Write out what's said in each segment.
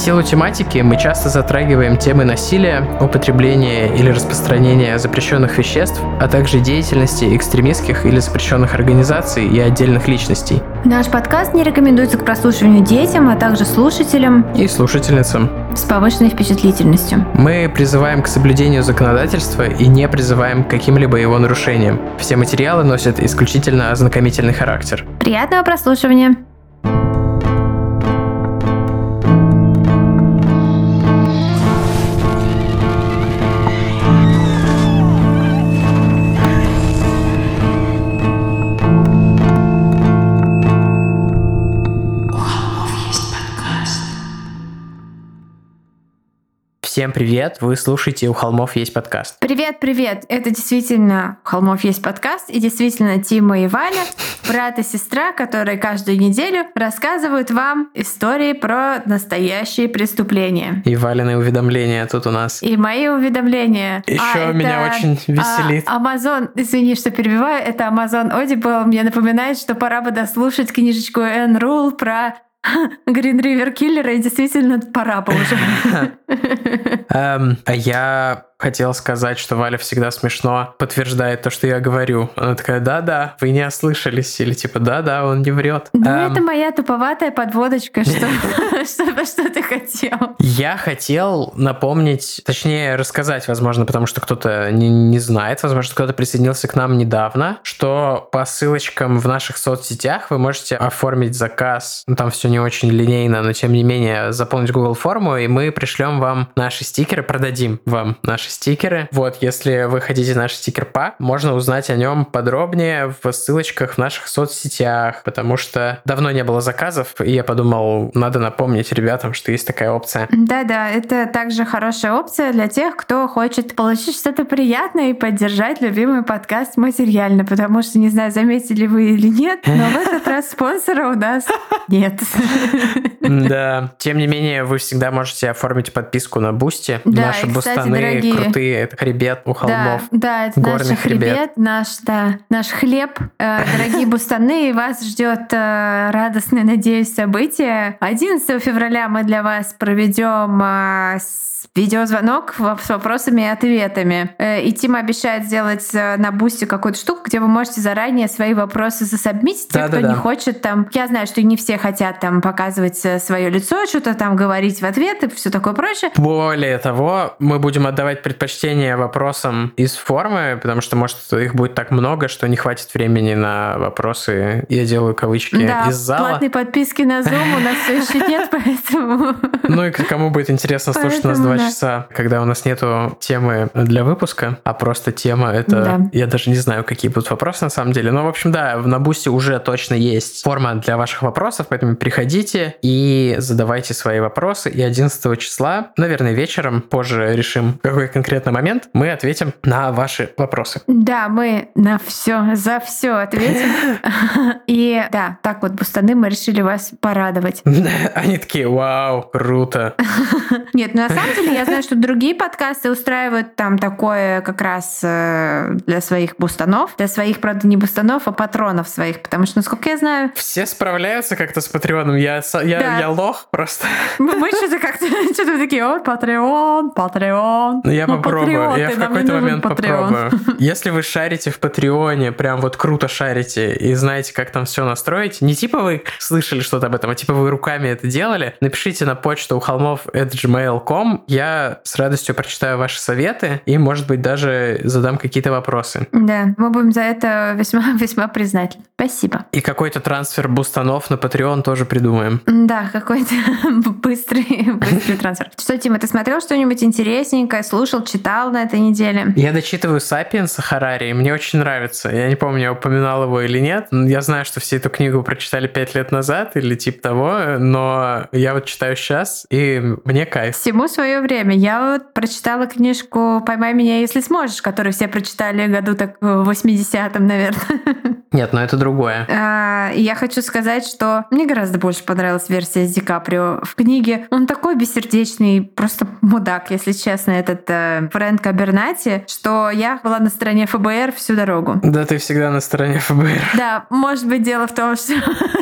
силу тематики мы часто затрагиваем темы насилия, употребления или распространения запрещенных веществ, а также деятельности экстремистских или запрещенных организаций и отдельных личностей. Наш подкаст не рекомендуется к прослушиванию детям, а также слушателям и слушательницам с повышенной впечатлительностью. Мы призываем к соблюдению законодательства и не призываем к каким-либо его нарушениям. Все материалы носят исключительно ознакомительный характер. Приятного прослушивания! Всем привет! Вы слушаете «У холмов есть подкаст». Привет! Это действительно «У холмов есть подкаст», и действительно Тима и Валя, брат и сестра, которые каждую неделю рассказывают вам истории про настоящие преступления. И Валины уведомления тут у нас. И мои уведомления. Еще меня очень веселит. Amazon, извини, что перебиваю, это Amazon Audible мне напоминает, что пора бы дослушать книжечку Энн Рул про Green River Killer, и действительно пора бы уже. А я хотел сказать, что Валя всегда смешно подтверждает то, что я говорю. Она такая: да-да, вы не ослышались. Или типа: да-да, он не врет. Это моя туповатая подводочка. Что ты хотел? Я хотел напомнить, точнее рассказать, возможно, потому что кто-то не знает, возможно, кто-то присоединился к нам недавно, что по ссылочкам в наших соцсетях вы можете оформить заказ. Там все не очень линейно, но тем не менее заполнить Google форму, и мы пришлем вам наши стикеры, продадим вам наши стикеры. Вот, если вы хотите наш стикер-пак, можно узнать о нем подробнее в ссылочках в наших соцсетях, потому что давно не было заказов, и я подумал, надо напомнить ребятам, что есть такая опция. Да-да, это также хорошая опция для тех, кто хочет получить что-то приятное и поддержать любимый подкаст материально, потому что, не знаю, заметили вы или нет, но в этот раз спонсора у нас нет. Да, тем не менее, вы всегда можете оформить подписку на Бусти. Да, наши кстати, бустаны дорогие, крутые, это хребет у холмов. Да, это горный наш хребет, наш хлеб. Дорогие бустаны, вас ждет радостное, надеюсь, событие. 11 февраля мы для вас проведем видеозвонок с вопросами и ответами. И Тима обещает сделать на Бусти какую-то штуку, где вы можете заранее свои вопросы засабмитить. Те, кто не хочет там... Я знаю, что не все хотят там показывать свое лицо, что-то там говорить в ответ и все такое прочее. Более того, мы будем отдавать предпочтение вопросам из формы, потому что, может, их будет так много, что не хватит времени на вопросы. Я делаю кавычки из зала. Да, платной подписки на Zoom у нас все еще нет, поэтому... Ну и кому будет интересно слушать нас 2 часа, когда у нас нету темы для выпуска, а просто тема это... Да. Я даже не знаю, какие будут вопросы на самом деле. Но, в общем, да, на Бусти уже точно есть форма для ваших вопросов, поэтому приходите и задавайте свои вопросы. И 11 числа, наверное, вечером, позже решим, какой конкретно момент, мы ответим на ваши вопросы. Да, мы на все, за все ответим. И да, так вот, бустаны, мы решили вас порадовать. Они такие: вау, круто. Нет, ну на самом деле я знаю, что другие подкасты устраивают там такое как раз для своих бустанов. Для своих, правда, не бустанов, а патронов своих. Потому что, насколько я знаю... Все справляются как-то с Патреоном. Я лох просто. Мы что-то как-то такие: о, Патреон. Я попробую. Я в какой-то момент попробую. Если вы шарите в Патреоне, прям вот круто шарите и знаете, как там все настроить, не типа вы слышали что-то об этом, а типа вы руками это делали, напишите на почту uholmov@gmail.com. Я с радостью прочитаю ваши советы и, может быть, даже задам какие-то вопросы. Да, мы будем за это весьма признательны. Спасибо. И какой-то трансфер бустанов на Patreon тоже придумаем. Да, какой-то быстрый трансфер. Что, Тима, ты смотрел что-нибудь интересненькое, слушал, читал на этой неделе? Я дочитываю «Сапиенса» Харари, и мне очень нравится. Я не помню, я упоминал его или нет. Я знаю, что все эту книгу прочитали 5 лет назад или типа того, но я вот читаю сейчас, и мне кайф. Всему свое время. Я вот прочитала книжку «Поймай меня, если сможешь», которую все прочитали году так в 80-м, наверное. Нет, но это другое. Я хочу сказать, что мне гораздо больше понравилась версия с Ди Каприо. В книге он такой бессердечный, просто мудак, если честно, этот Фрэнк Абернати, что я была на стороне ФБР всю дорогу. Да, ты всегда на стороне ФБР. Да, может быть, дело в том, что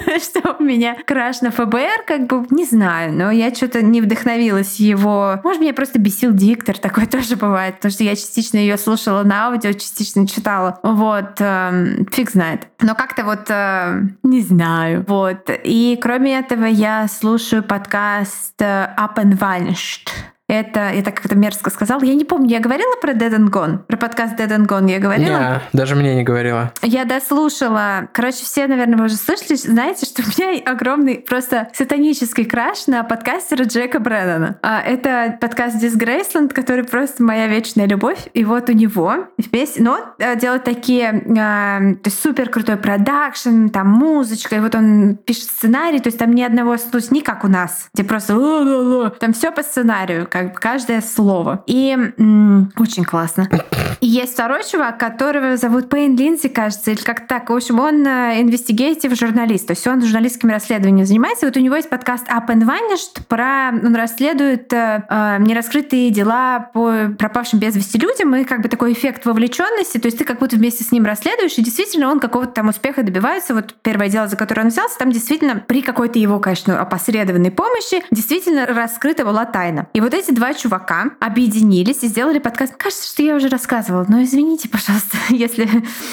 что у меня краш на ФБР, как бы, не знаю, но я что-то не вдохновилась его. Может, меня просто бесил диктор, такое тоже бывает, потому что я частично ее слушала на аудио, частично читала. Вот, фиг знает. Но как-то вот, не знаю. Вот. И кроме этого я слушаю подкаст Up and Vanished. Это, я так как-то мерзко сказала. Я не помню, я говорила про Dead and Gone? Про подкаст Dead and Gone я говорила? Не, даже мне не говорила. Я дослушала. Короче, все, наверное, вы уже слышали. Знаете, что у меня огромный просто сатанический краш на подкастера Джека Бреннана. Это подкаст Disgraceland, который просто моя вечная любовь. И вот у него вместе... Но он делает такие... то есть супер крутой продакшн, там музычка. И вот он пишет сценарий. То есть там ни одного... То есть не как у нас, где просто... Там все по сценарию, как бы каждое слово. И очень классно. И есть второй чувак, которого зовут Пейн Линдзи, кажется, или как-то так. В общем, он инвестигейтив журналист, то есть он журналистским расследованием занимается. Вот у него есть подкаст Up and Vanished, он расследует нераскрытые дела по пропавшим без вести людям, и как бы такой эффект вовлеченности, то есть ты как будто вместе с ним расследуешь, и действительно он какого-то там успеха добивается. Вот первое дело, за которое он взялся, там действительно при какой-то его, конечно, опосредованной помощи действительно раскрыта была тайна. И вот эти два чувака объединились и сделали подкаст. Кажется, что я уже рассказывала, но извините, пожалуйста, если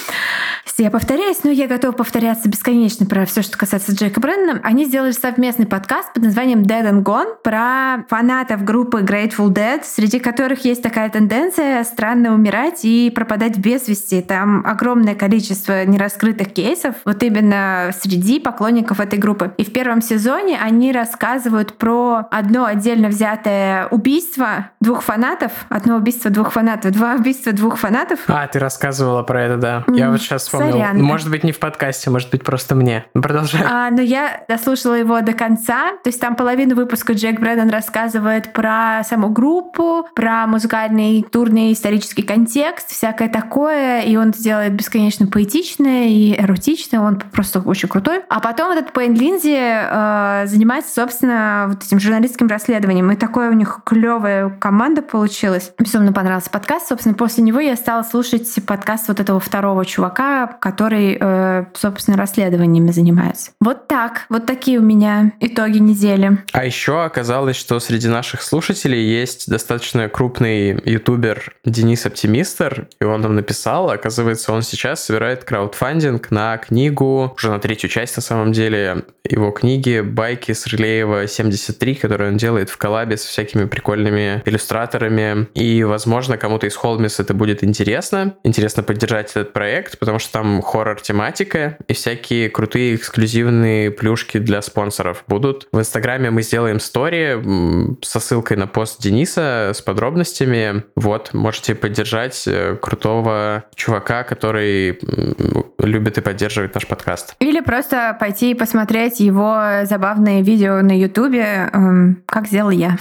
я повторяюсь, но я готова повторяться бесконечно про все, что касается Джека Бреннана. Они сделали совместный подкаст под названием Dead and Gone про фанатов группы Grateful Dead, среди которых есть такая тенденция странно умирать и пропадать без вести. Там огромное количество нераскрытых кейсов вот именно среди поклонников этой группы. И в первом сезоне они рассказывают про одно отдельно взятое убийство двух фанатов. Одно убийство двух фанатов. Два убийства двух фанатов. Ты рассказывала про это, да. Я вот сейчас вспомнил. Сорян. Может быть, не в подкасте, может быть, просто мне. Продолжай. Но я дослушала его до конца. То есть там половину выпуска Джек Бреннан рассказывает про саму группу, про музыкальный, культурный, исторический контекст, всякое такое. И он это делает бесконечно поэтично и эротично. Он просто очень крутой. А потом этот Пейн Линдзи занимается, собственно, вот этим журналистским расследованием. И такое у них клевая команда получилась. Безумно понравился подкаст. Собственно, после него я стала слушать подкаст вот этого второго чувака, который, собственно, расследованиями занимается. Вот так. Вот такие у меня итоги недели. А еще оказалось, что среди наших слушателей есть достаточно крупный ютубер Денис Оптимистер, и он нам написал, оказывается, он сейчас собирает краудфандинг на книгу, уже на 3-ю часть на самом деле, его книги «Байки с Рылеева 73», которую он делает в коллабе с всякими прикольными иллюстраторами. И, возможно, кому-то из Холмис это будет интересно. Интересно поддержать этот проект, потому что там хоррор-тематика и всякие крутые эксклюзивные плюшки для спонсоров будут. В Инстаграме мы сделаем стори со ссылкой на пост Дениса с подробностями. Вот, можете поддержать крутого чувака, который любит и поддерживает наш подкаст. Или просто пойти и посмотреть его забавные видео на Ютубе, как сделал я.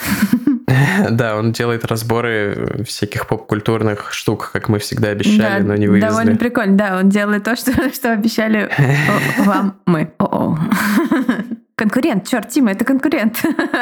Да, он делает разборы всяких поп-культурных штук, как мы всегда обещали, но не вывезли. Довольно прикольно, да, он делает то, что обещали вам мы. Конкурент, черт, Тима, это конкурент.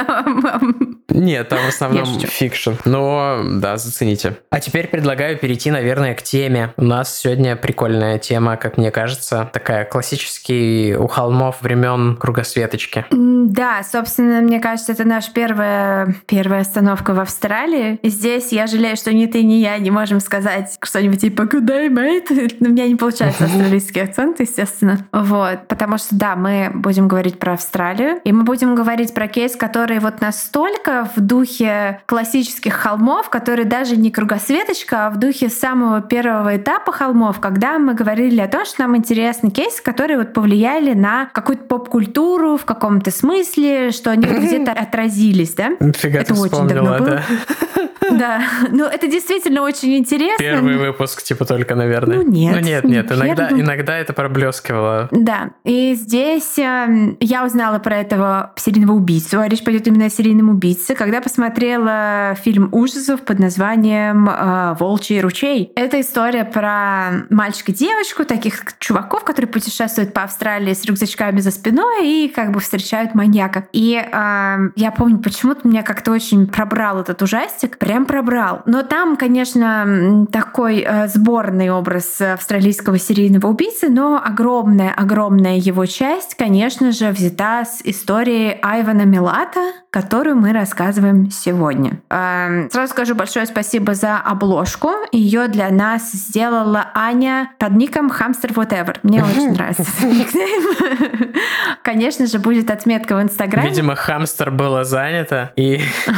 Нет, там в основном фикшн. Но да, зацените. А теперь предлагаю перейти, наверное, к теме. У нас сегодня прикольная тема, как мне кажется, такая классический у холмов времен кругосветочки. Да, собственно, мне кажется, это наша первая остановка в Австралии. И здесь я жалею, что ни ты, ни я не можем сказать что-нибудь типа «Good day, mate». У меня не получается австралийский акцент, естественно. Вот, потому что, да, мы будем говорить про Австралию. И мы будем говорить про кейс, который вот настолько в духе классических холмов, который даже не кругосветочка, а в духе самого первого этапа холмов, когда мы говорили о том, что нам интересны кейсы, которые вот повлияли на какую-то поп-культуру в каком-то смысле, что они где-то отразились, да? Фига это ты очень вспомнила, давно было. да? Да, ну это действительно очень интересно. Первый выпуск, типа, только, наверное. Нет, иногда это проблескивало. Да, и здесь я узнала про этого серийного убийцу, а речь пойдет именно о серийном убийце, когда посмотрела фильм ужасов под названием «Волчий ручей». Это история про мальчика и девочку, таких чуваков, которые путешествуют по Австралии с рюкзачками за спиной и как бы встречают маньяка. И я помню, почему-то меня как-то очень пробрал этот ужастик. Прям прям пробрал. Но там, конечно, такой сборный образ австралийского серийного убийцы, но огромная его часть, конечно же, взята с истории Айвана Милата, которую мы рассказываем сегодня. Сразу скажу большое спасибо за обложку. Ее для нас сделала Аня под ником Hamster Whatever. Мне очень нравится этот никнейм. Конечно же, будет отметка в Инстаграме. Видимо, хамстер было занято, и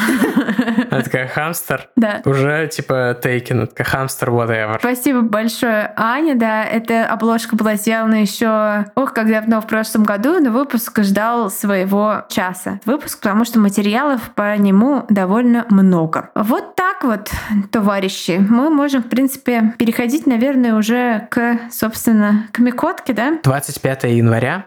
она такая, хамстер, уже типа taken, такая hamster whatever. Спасибо большое, Аня, да, эта обложка была сделана еще, как давно, в прошлом году, но выпуск ждал своего часа. Выпуск, потому что материалов по нему довольно много. Вот так вот, товарищи, мы можем, в принципе, переходить, наверное, уже собственно, к Микотке, да? 25 января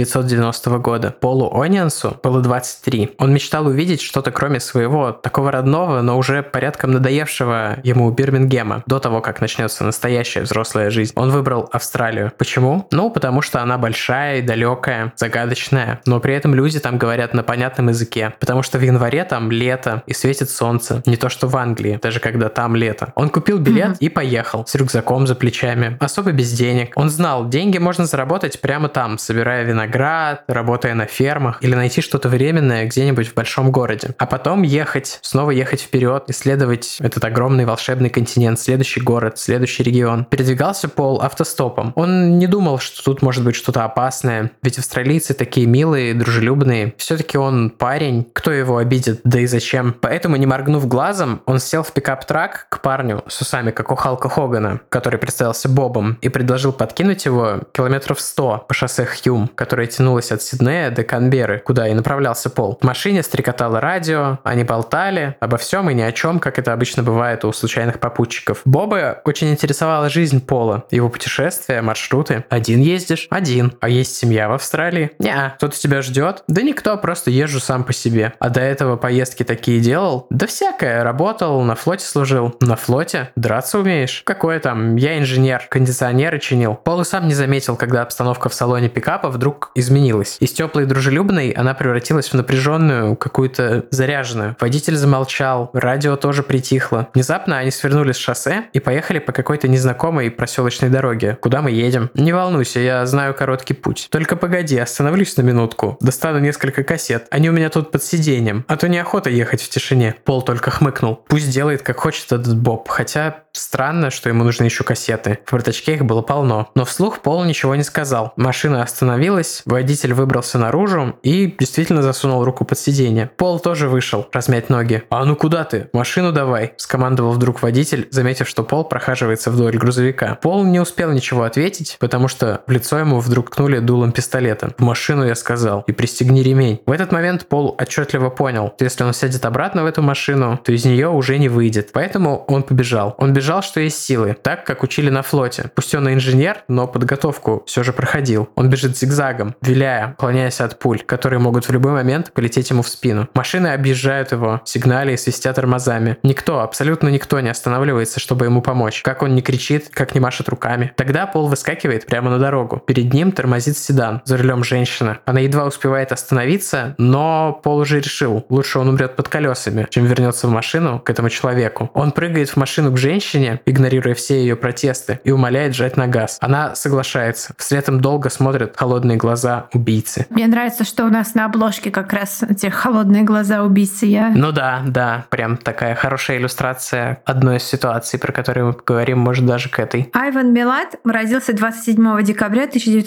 1990 года Полу Ониансу было 23. Он мечтал увидеть что-то кроме своего такого родного, но уже порядком надоевшего ему Бирмингема до того, как начнется настоящая взрослая жизнь. Он выбрал Австралию. Почему? Потому что она большая и далекая, загадочная, но при этом люди там говорят на понятном языке, потому что в январе там лето и светит солнце, не то что в Англии, даже когда там лето. Он купил билет и поехал с рюкзаком за плечами, особо без денег. Он знал, деньги можно заработать прямо там, собирая виноград, работая на фермах или найти что-то временное где-нибудь в большом городе. А потом снова ехать вперед, исследовать этот огромный волшебный континент, следующий город, следующий регион. Передвигался Пол автостопом. Он не думал, что тут может быть что-то опасное, ведь австралийцы такие милые, дружелюбные. Все-таки он парень, кто его обидит, да и зачем? Поэтому, не моргнув глазом, он сел в пикап-трак к парню с усами, как у Халка Хогана, который представился Бобом, и предложил подкинуть его километров 100 по шоссе Хьюм, которое тянулось от Сиднея до Канберры, куда и направлялся Пол. В машине стрекотало радио, они болтали обо всем и ни о чем, как это обычно бывает у случайных попутчиков. Боба очень интересовала жизнь Пола, его путешествия, маршруты. Один ездишь? Один. А есть семья в Австралии? Неа. Кто-то тебя ждет? Да никто, просто езжу сам по себе. А до этого поездки такие делал? Да всякое. Работал, на флоте служил. На флоте? Драться умеешь? Какое там? Я инженер. Кондиционеры чинил. Пол и сам не заметил, когда обстановка в салоне пикапа вдруг изменилась. Из теплой и дружелюбной она превратилась в напряженную, какую-то заряженную. Водитель замолчал, радио тоже притихло. Внезапно они свернули с шоссе и поехали по какой-то незнакомой проселочной дороге. Куда мы едем? Не волнуйся, я знаю короткий путь. Только погоди, остановлюсь на минутку. Достану несколько кассет. Они у меня тут под сиденьем. А то неохота ехать в тишине. Пол только хмыкнул. Пусть делает, как хочет этот Боб. Хотя странно, что ему нужны еще кассеты. В бардачке их было полно. Но вслух Пол ничего не сказал. Машина остановилась, водитель выбрался наружу и действительно засунул руку под сиденье. Пол тоже вышел, размять ноги. «А ну куда ты? Машину давай!» — скомандовал вдруг водитель, заметив, что Пол прохаживается вдоль грузовика. Пол не успел ничего ответить, потому что в лицо ему вдруг ткнули дулом пистолета. «В машину, я сказал, и пристегни ремень». В этот момент Пол отчетливо понял, что если он сядет обратно в эту машину, то из нее уже не выйдет. Поэтому он побежал. Он бежал, что есть силы, так, как учили на флоте. Пусть он и инженер, но подготовку все же проходил. Он бежит зигзагом, виляя, уклоняясь от пуль, которые могут в любой момент полететь ему в спину. Машины объезжают его, сигнали и свистят тормозами. Никто, абсолютно никто не останавливается, чтобы ему помочь. Как он не кричит, как не машет руками. Тогда Пол выскакивает прямо на дорогу. Перед ним тормозит седан, за рулем женщина. Она едва успевает остановиться, но Пол уже решил, лучше он умрет под колесами, чем вернется в машину к этому человеку. Он прыгает в машину к женщине, игнорируя все ее протесты, и умоляет жать на газ. Она соглашается. Вслед им долго смотрят холодные глаза убийцы. Мне нравится, что у нас на обложке как раз эти холодные глаза убийцы. Ну да, прям такая хорошая иллюстрация одной из ситуаций, про которую мы поговорим, может, даже к этой. Айван Милат родился 27 декабря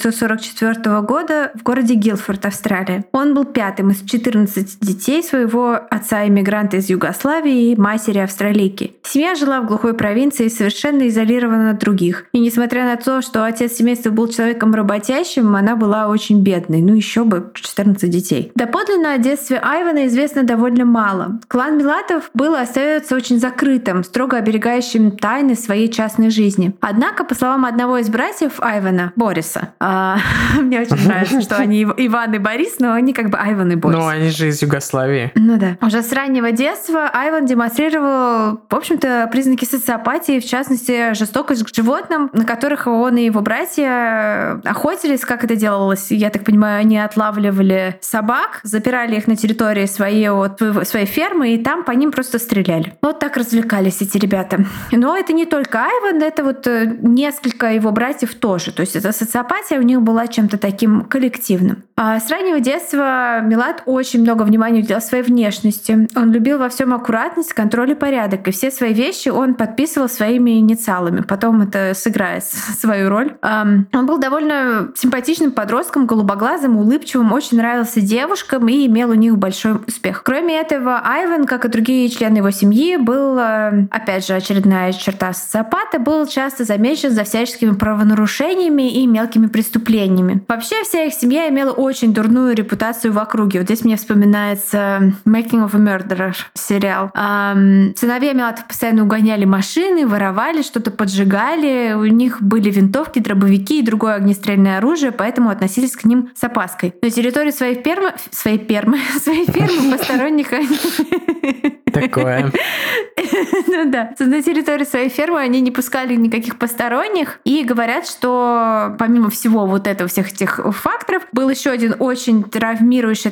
1944 года в городе Гилфорд, Австралия. Он был пятым из 14 детей своего отца-иммигранта из Югославии и матери австралийки. Семья жила в глухой провинции, совершенно изолирована от других. И несмотря на то, что отец семейства был человеком работящим, она была очень бедной. Ну еще бы, 14 детей. Доподлинно о детстве Айвана известно довольно мало. Клан Милатов был и остается очень закрытым, строго оберегающим тайны своей частной жизни. Однако, по словам одного из братьев Айвана, Бориса, мне очень нравится, что они Иван и Борис, но они как бы Айван и Борис. Ну, они же из Югославии. Ну да. Уже с раннего детства Айван демонстрировал, в общем-то, признаки социопатии, в частности, жестокость к животным, на которых он и его братья охотились. Как это делалось? Я так понимаю, они отлавливали собак, запирали их на территории своей фермы, и там по ним просто стреляли расстреляли. Вот так развлекались эти ребята. Но это не только Айван, это вот несколько его братьев тоже. То есть эта социопатия у них была чем-то таким коллективным. А с раннего детства Милад очень много внимания уделял своей внешности. Он любил во всем аккуратность, контроль и порядок. И все свои вещи он подписывал своими инициалами. Потом это сыграет свою роль. Он был довольно симпатичным подростком, голубоглазым, улыбчивым, очень нравился девушкам и имел у них большой успех. Кроме этого, Айван, как и другие члены его семьи, был, опять же, очередная черта социопата, был часто замечен за всяческими правонарушениями и мелкими преступлениями. Вообще, вся их семья имела очень дурную репутацию в округе. Вот здесь мне вспоминается «Making of a Murderer» сериал. Сыновья Милатов постоянно угоняли машины, воровали, что-то поджигали. У них были винтовки, дробовики и другое огнестрельное оружие, поэтому относились к ним с опаской. На территории своей фермы посторонних... Такое. Ну да. На территории своей фермы они не пускали никаких посторонних. И говорят, что помимо всего вот этого, всех этих факторов, был еще один очень травмирующее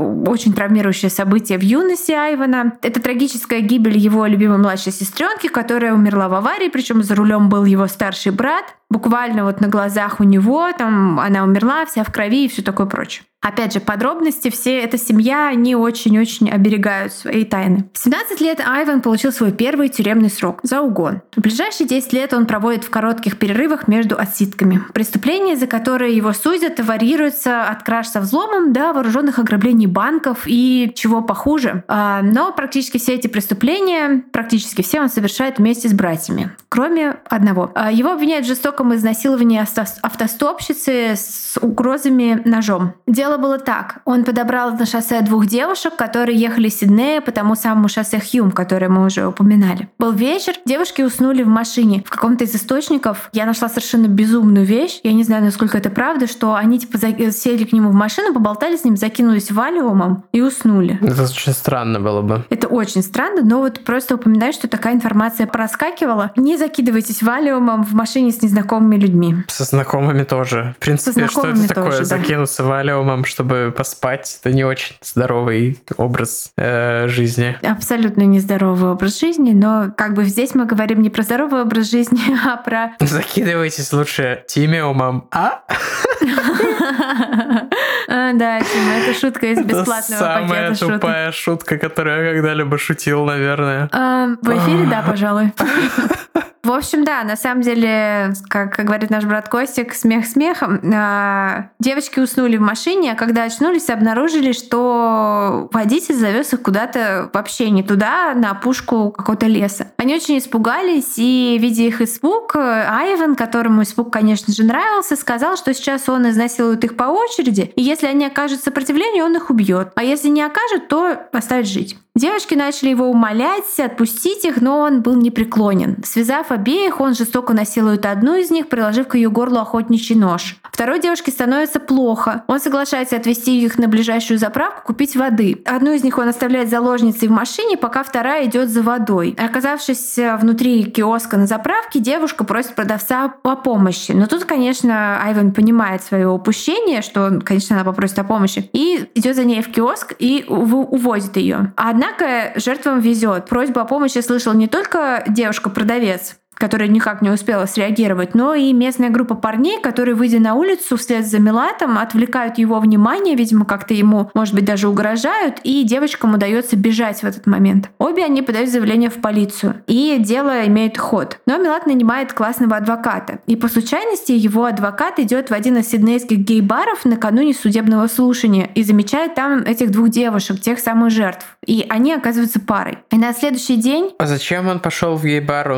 событие в юности Айвана. Это трагическая гибель его любимой младшей сестренки, которая умерла в аварии, причем за рулем был его старший брат. Буквально вот на глазах у него, там она умерла, вся в крови и все такое прочее. Опять же, подробности, все эта семья, они очень-очень оберегают свои тайны. В 17 лет Айван получил свой первый тюремный срок за угон. В ближайшие 10 лет он проводит в коротких перерывах между отсидками. Преступления, за которые его судят, варьируются от краж со взломом до вооруженных ограблений банков и чего похуже. Но практически все эти преступления, практически все он совершает вместе с братьями, кроме одного. Его обвиняют в жестоком изнасиловании автостопщицы с угрозами ножом. Дело было так. Он подобрал на шоссе двух девушек, которые ехали из Сиднея по тому самому шоссе Хьюм, которое мы уже упоминали. Был вечер, девушки уснули в машине. В каком-то из источников я нашла совершенно безумную вещь. Я не знаю, насколько это правда, что они сели к нему в машину, поболтали с ним, закинулись валиумом и уснули. Это очень странно было бы. Это очень странно, но вот просто упоминаю, что такая информация проскакивала. Не закидывайтесь валиумом в машине с незнакомыми людьми. Со знакомыми тоже. В принципе, что это такое? Да. Закинуться валиумом, чтобы поспать, это не очень здоровый образ жизни. Абсолютно нездоровый образ жизни, но как бы здесь мы говорим не про здоровый образ жизни, а про... Закидывайтесь лучше тимиумом, Да, Тима, это шутка из бесплатного пакета шуток. Самая тупая шутка, которую я когда-либо шутил, наверное. В эфире, да, пожалуй. В общем, да, на самом деле, как говорит наш брат Костик, смех смехом. Девочки уснули в машине, а когда очнулись, обнаружили, что водитель завез их куда-то вообще не туда, на опушку какого-то леса. Они очень испугались, и, видя их испуг, Айван, которому испуг, конечно же, нравился, сказал, что сейчас он изнасилует их по очереди, и если они окажут сопротивление, он их убьет. А если не окажут, то оставит жить. Девочки начали его умолять, отпустить их, но он был непреклонен. Связав обеих, он жестоко насилует одну из них, приложив к ее горлу охотничий нож. Второй девушке становится плохо. Он соглашается отвезти их на ближайшую заправку, купить воды. Одну из них он оставляет заложницей в машине, пока вторая идет за водой. Оказавшись внутри киоска на заправке, девушка просит продавца о помощи. Но тут, конечно, Айван понимает свое упущение, что, конечно, она попросит о помощи, и идет за ней в киоск и увозит ее. Однако жертвам везет. Просьбу о помощи слышала не только девушка-продавец, которая никак не успела среагировать, но и местная группа парней, которые, выйдя на улицу вслед за Милатом, отвлекают его внимание, видимо, как-то ему, может быть, даже угрожают, и девочкам удается бежать в этот момент. Обе они подают заявление в полицию, и дело имеет ход. Но Милат нанимает классного адвоката, и по случайности его адвокат идет в один из сиднейских гей-баров накануне судебного слушания и замечает там этих двух девушек, тех самых жертв, и они оказываются парой. И на следующий день... А зачем он пошел в гей-бар?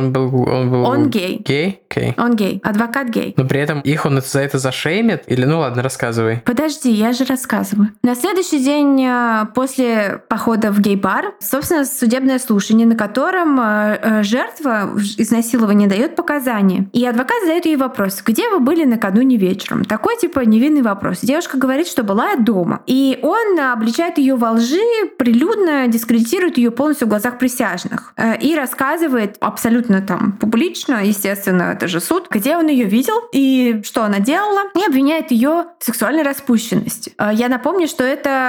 Он гей. Гей? Окей. Он гей. Адвокат гей. Но при этом их он за это зашеймит? Или, ну ладно, рассказывай. Подожди, я же рассказываю. На следующий день после похода в гей-бар, собственно, судебное слушание, на котором жертва изнасилования дает показания. И адвокат задает ей вопрос: где вы были накануне вечером? Такой типа невинный вопрос. Девушка говорит, что была дома. И он обличает ее во лжи, прилюдно дискредитирует ее полностью в глазах присяжных. И рассказывает абсолютно там публично, публично, естественно, это же суд, где он ее видел и что она делала, и обвиняет ее в сексуальной распущенности. Я напомню, что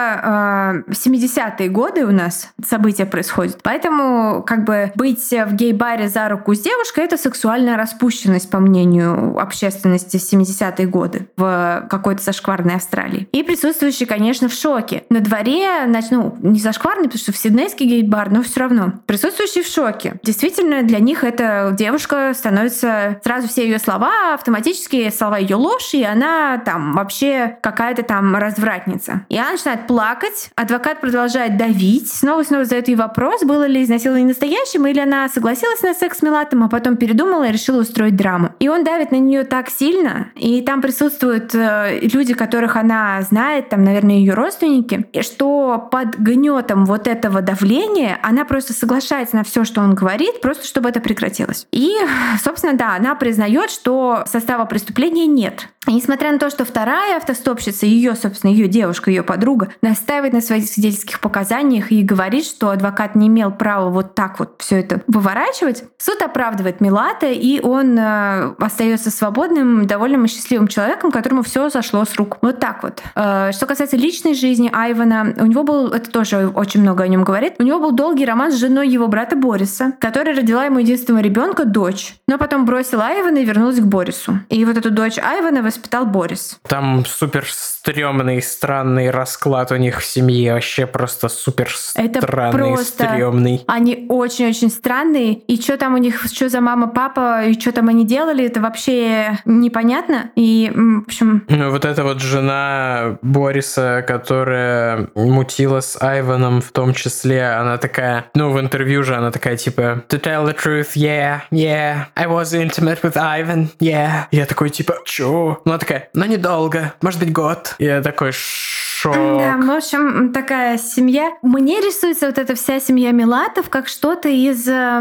это 70-е годы у нас события происходят, поэтому как бы быть в гей-баре за руку с девушкой — это сексуальная распущенность, по мнению общественности в 70-е годы в какой-то зашкварной Австралии. И присутствующие, конечно, в шоке. На дворе, не зашкварный, потому что в сиднейский гей-бар, но все равно. Присутствующие в шоке. Действительно, для них эта девушка становится... Сразу все ее слова, автоматически слова ее ложь, и она там вообще какая-то там развратница. И она начинает плакать, адвокат продолжает давить, снова и снова задает ей вопрос, было ли изнасилование настоящим, или она согласилась на секс с Мелатом, а потом передумала и решила устроить драму. И он давит на нее так сильно, и там присутствуют люди, которых она знает, там, наверное, ее родственники, и что под гнетом вот этого давления она просто соглашается на все, что он говорит, просто чтобы это прекратилось. И, собственно, да, она признает, что состава преступления нет. И несмотря на то, что вторая автостопщица, ее, собственно, ее девушка, ее подруга, настаивает на своих свидетельских показаниях и говорит, что адвокат не имел права вот так вот все это выворачивать, суд оправдывает Мелата, и он остается свободным, довольным и счастливым человеком, которому все сошло с рук. Вот так вот. Что касается личной жизни Айвана, у него был, это тоже очень много о нем говорит, у него был долгий роман с женой его брата Бориса, которая родила ему единственного ребенка, дочь, но потом бросила Айвана и вернулась к Борису. И вот эту дочь Айвана воспитал Борис. Там супер стрёмный, странный расклад у них в семье. Вообще просто супер странный, стрёмный. Они очень-очень странные. И что там у них, что за мама, папа, и что там они делали, это вообще непонятно. И, в общем... Ну, вот эта вот жена Бориса, которая мутила с Айваном в том числе, она такая... Ну, в интервью же она такая, типа... To tell the truth, yeah, I was intimate with Ivan, yeah. Я такой, типа, чё? Ну, она такая, но недолго, может быть, год. Я такой, шок. Да, в общем, такая семья. Мне рисуется вот эта вся семья Мелатов как что-то из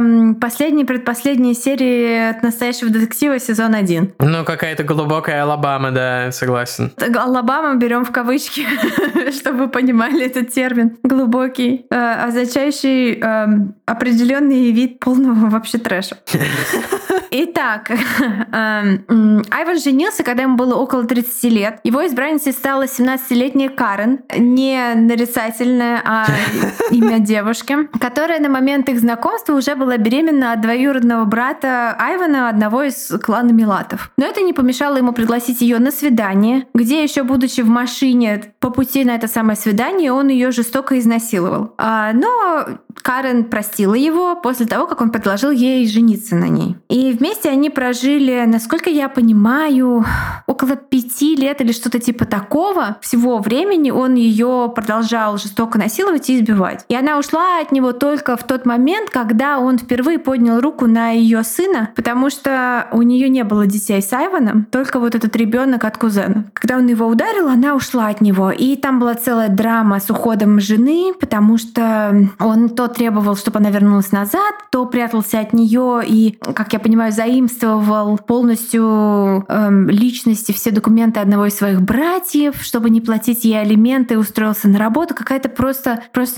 предпоследней серии от «Настоящего детектива» сезон 1. Ну, какая-то глубокая Алабама, да, согласен. Алабама берем в кавычки, чтобы вы понимали этот термин. Глубокий, означающий определенный вид полного вообще трэша. Итак, Айван женился, когда ему было около 30 лет. Его избранницей стала 17-летняя Карен, не нарицательное, а имя девушки, которая на момент их знакомства уже была беременна от двоюродного брата Айвана, одного из клана Мелатов. Но это не помешало ему пригласить ее на свидание, где еще будучи в машине по пути на это самое свидание, он ее жестоко изнасиловал. Но Карен простила его после того, как он предложил ей жениться на ней. И вместе они прожили, насколько я понимаю, около 5 лет или что-то типа такого. Всего времени он ее продолжал жестоко насиловать и избивать. И она ушла от него только в тот момент, когда он впервые поднял руку на ее сына, потому что у нее не было детей с Айваном, только вот этот ребенок от кузена. Когда он его ударил, она ушла от него. И там была целая драма с уходом жены, потому что он то требовал, чтобы она вернулась назад, то прятался от нее и, как я понимаю, заимствовал полностью личности, все документы одного из своих братьев, чтобы не платить ей алименты, устроился на работу. Какая-то просто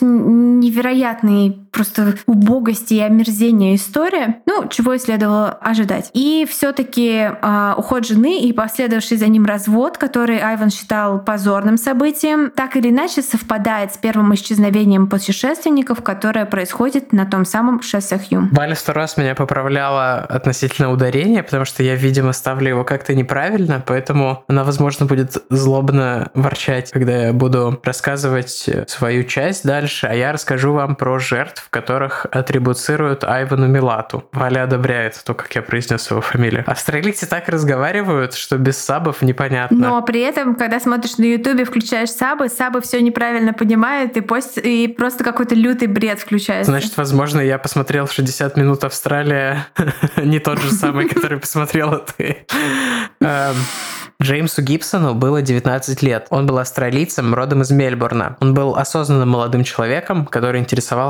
невероятная просто убогости и омерзения история, чего и следовало ожидать. И все-таки уход жены и последовавший за ним развод, который Айван считал позорным событием, так или иначе совпадает с первым исчезновением путешественников, которое происходит на том самом шоссе Хьюм. Валя 100 раз меня поправляла относительно ударения, потому что я, видимо, ставлю его как-то неправильно, поэтому она, возможно, будет злобно ворчать, когда я буду рассказывать свою часть дальше, а я расскажу вам про жертв, которых атрибуцируют Айвану Мелату. Валя одобряет то, как я произнес его фамилию. Австралийцы так разговаривают, что без сабов непонятно. Но при этом, когда смотришь на Ютубе, включаешь сабы все неправильно понимают, и просто какой-то лютый бред включается. Значит, возможно, я посмотрел 60 минут Австралия, не тот же самый, который посмотрела ты. Джеймсу Гибсону было 19 лет. Он был австралийцем, родом из Мельбурна. Он был осознанным молодым человеком, который интересовался мировыми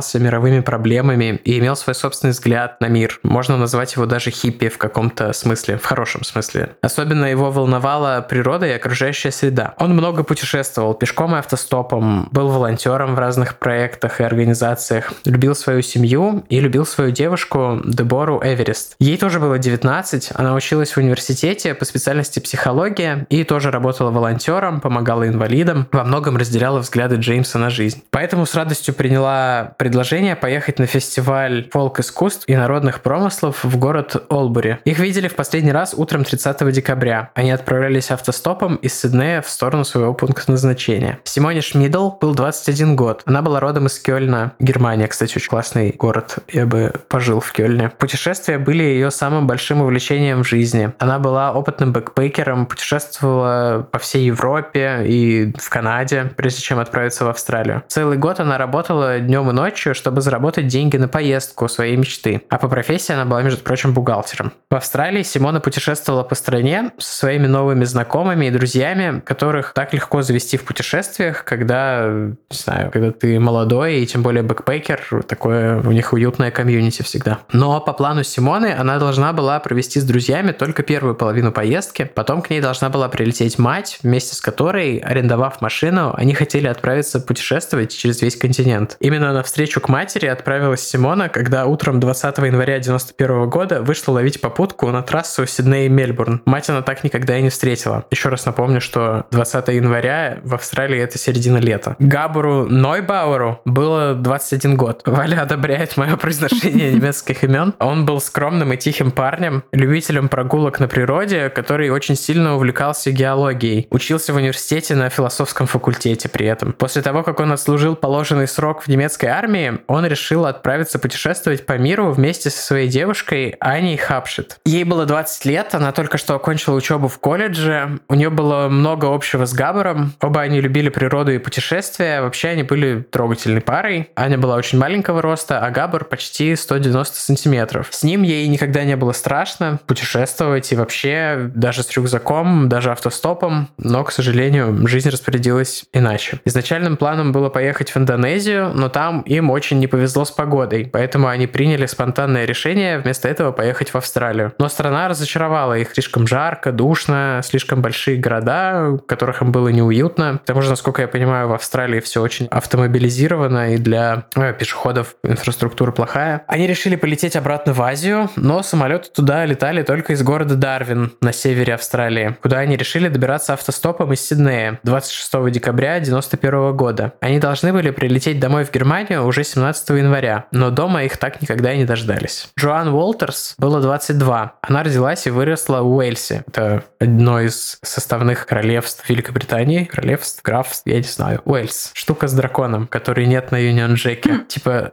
мировыми проблемами и имел свой собственный взгляд на мир. Можно назвать его даже хиппи в каком-то смысле, в хорошем смысле. Особенно его волновала природа и окружающая среда. Он много путешествовал пешком и автостопом, был волонтером в разных проектах и организациях, любил свою семью и любил свою девушку Дебору Эверест. Ей тоже было 19, она училась в университете по специальности психология и тоже работала волонтером, помогала инвалидам, во многом разделяла взгляды Джеймса на жизнь. Поэтому с радостью приняла предложение поехать на фестиваль фолк-искусств и народных промыслов в город Олбури. Их видели в последний раз утром 30 декабря. Они отправлялись автостопом из Сиднея в сторону своего пункта назначения. Симоне Шмидл был 21 год. Она была родом из Кёльна, Германия. Кстати, очень классный город. Я бы пожил в Кёльне. Путешествия были ее самым большим увлечением в жизни. Она была опытным бэкпекером, путешествовала по всей Европе и в Канаде, прежде чем отправиться в Австралию. Целый год она работала днем и ночью, чтобы заработать деньги на поездку своей мечты. А по профессии она была, между прочим, бухгалтером. В Австралии Симона путешествовала по стране со своими новыми знакомыми и друзьями, которых так легко завести в путешествиях, когда, не знаю, когда ты молодой и тем более бэкпекер, такое у них уютное комьюнити всегда. Но по плану Симоны она должна была провести с друзьями только первую половину поездки, потом к ней должна была прилететь мать, вместе с которой, арендовав машину, они хотели отправиться путешествовать через весь континент. Именно на встречу к матери отправилась Симона, когда утром 20 января 1991 года вышла ловить попутку на трассу Сидней-Мельбурн. Мать она так никогда и не встретила. Еще раз напомню, что 20 января в Австралии это середина лета. Габору Нойбауэру было 21 год. Валя одобряет мое произношение немецких имен. Он был скромным и тихим парнем, любителем прогулок на природе, который очень сильно увлекался геологией. Учился в университете на философском факультете при этом. После того, как он отслужил положенный срок в немецкой армии, он решил отправиться путешествовать по миру вместе со своей девушкой Аней Хапшит. Ей было 20 лет, она только что окончила учебу в колледже, у нее было много общего с Габором, оба они любили природу и путешествия, вообще они были трогательной парой. Аня была очень маленького роста, а Габор почти 190 сантиметров. С ним ей никогда не было страшно путешествовать и вообще даже с рюкзаком, даже автостопом, но, к сожалению, жизнь распорядилась иначе. Изначальным планом было поехать в Индонезию, но там им очень не повезло с погодой, поэтому они приняли спонтанное решение вместо этого поехать в Австралию. Но страна разочаровала их. Слишком жарко, душно, слишком большие города, в которых им было неуютно. К тому же, насколько я понимаю, в Австралии все очень автомобилизировано, и для пешеходов инфраструктура плохая. Они решили полететь обратно в Азию, но самолеты туда летали только из города Дарвин на севере Австралии, куда они решили добираться автостопом из Сиднея 26 декабря 1991 года. Они должны были прилететь домой в Германию уже 17 января, но дома их так никогда и не дождались. Джоан Уолтерс было 22. Она родилась и выросла в Уэльсе. Это одно из составных королевств Великобритании. Королевств, графств, я не знаю. Уэльс. Штука с драконом, который нет на Юнион Джеке. Типа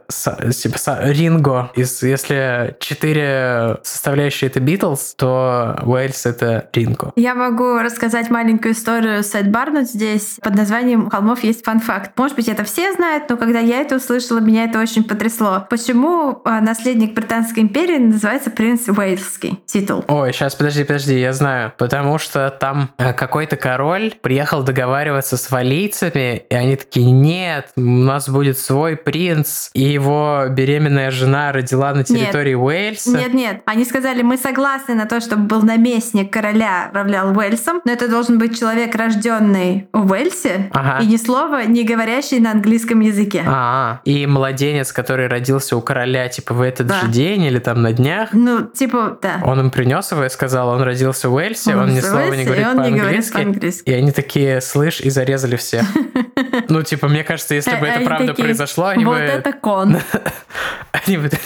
Ринго. Если 4 составляющие это Битлз, то Уэльс это Ринго. Я могу рассказать маленькую историю Сет Барнетт здесь под названием «У холмов есть фан-факт». Может быть, это все знают, но когда я это услышала, меня это очень потрясло. Почему наследник Британской империи называется принц Уэльский? Титул. Ой, сейчас, подожди, я знаю. Потому что там какой-то король приехал договариваться с валлийцами, и они такие: нет, у нас будет свой принц, и его беременная жена родила на территории Уэльса. Нет. Они сказали: мы согласны на то, чтобы был наместник короля, управлял Уэльсом, но это должен быть человек, рожденный в Уэльсе, и ни слова не говорящий на английском языке. И младенец, который родился у короля, типа, в этот же день или там на днях. Ну, типа, да. Он им принес его и сказал: он родился в Уэльсе, он ни слова не говорит по-английски. И они такие: слышь, и зарезали всех. Ну, типа, мне кажется, если бы это правда произошло, они бы... Вот это кон. Они бы...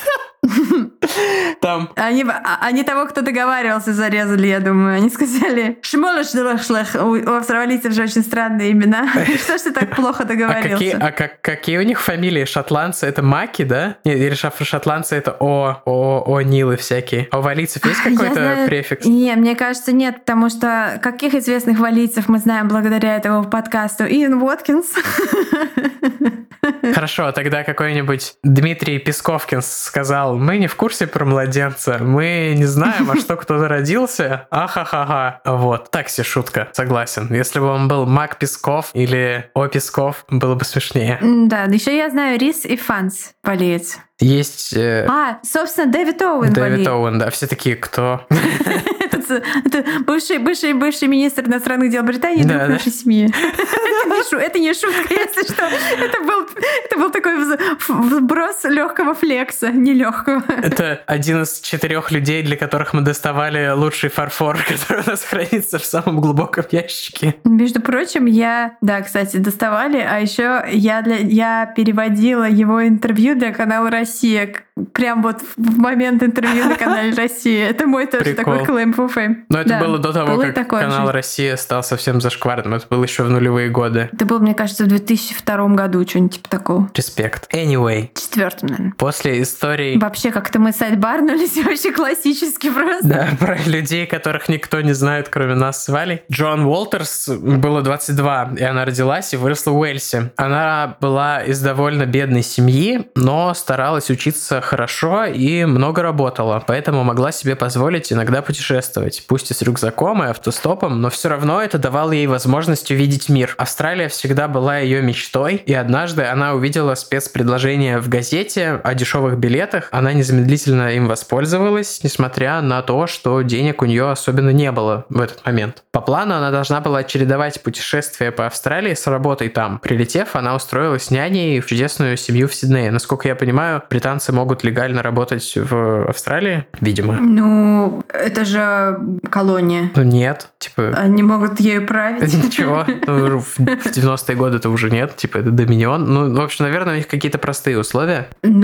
Там. Они того, кто договаривался, зарезали, я думаю. Они сказали: Шмолеш Длошлех. У австралийцев же очень странные имена. Что ж ты так плохо договорился? Какие у них фамилии? Шотландцы — это Маки, да? Или шотландцы — это Нилы всякие. А у валийцев есть какой-то префикс? Не, мне кажется, нет, потому что каких известных валийцев мы знаем благодаря этому подкасту? Иэн Уоткинс. Хорошо, тогда какой-нибудь Дмитрий Песковкин сказал: мы не в курсе про младенца. Мы не знаем, а что кто-то родился. Ахахаха. Вот. Так себе шутка. Согласен. Если бы он был Мак Песков или О Песков, было бы смешнее. Да, еще я знаю Рис и Фанс болеет. Есть... собственно, Дэвид Оуэн болеет. Дэвид Оуэн, да. Все такие, кто? Это бывший министр иностранных дел Британии, друг нашей семьи. Это не шутка, если что. Это был такой вброс легкого флекса, нелегкого. Это один из 4 людей, для которых мы доставали лучший фарфор, который у нас хранится в самом глубоком ящике. Между прочим, кстати, доставали, а еще я переводила его интервью для канала «Россия». Прям вот в момент интервью на канале «Россия». Это мой тоже такой claim to fame. Но это было до того, как канал «Россия» стал совсем зашкварным. Это было еще в нулевые годы. Это было, мне кажется, в 2002 году, что-нибудь типа такого. Респект. Anyway. 4-м, наверное. После истории... Вообще, как-то мы сайдбарнулись вообще классически просто. Да, про людей, которых никто не знает, кроме нас с Валей. Джон Уолтерс было 22, и она родилась и выросла в Уэльсе. Она была из довольно бедной семьи, но старалась учиться хорошо и много работала, поэтому могла себе позволить иногда путешествовать, пусть и с рюкзаком и автостопом, но все равно это давало ей возможность увидеть мир. Австралия всегда была ее мечтой, и однажды она увидела спецпредложение в газете о дешевых билетах. Она незамедлительно им воспользовалась, несмотря на то, что денег у нее особенно не было в этот момент. По плану она должна была чередовать путешествия по Австралии с работой там. Прилетев, она устроилась няней в чудесную семью в Сиднее. Насколько я понимаю, британцы могут легально работать в Австралии, видимо. Ну, это же колония. Ну нет, типа... Они могут ею править. Ничего, в 90-е годы это уже нет, типа это доминион. Ну, в общем, наверное, у них какие-то простые условия.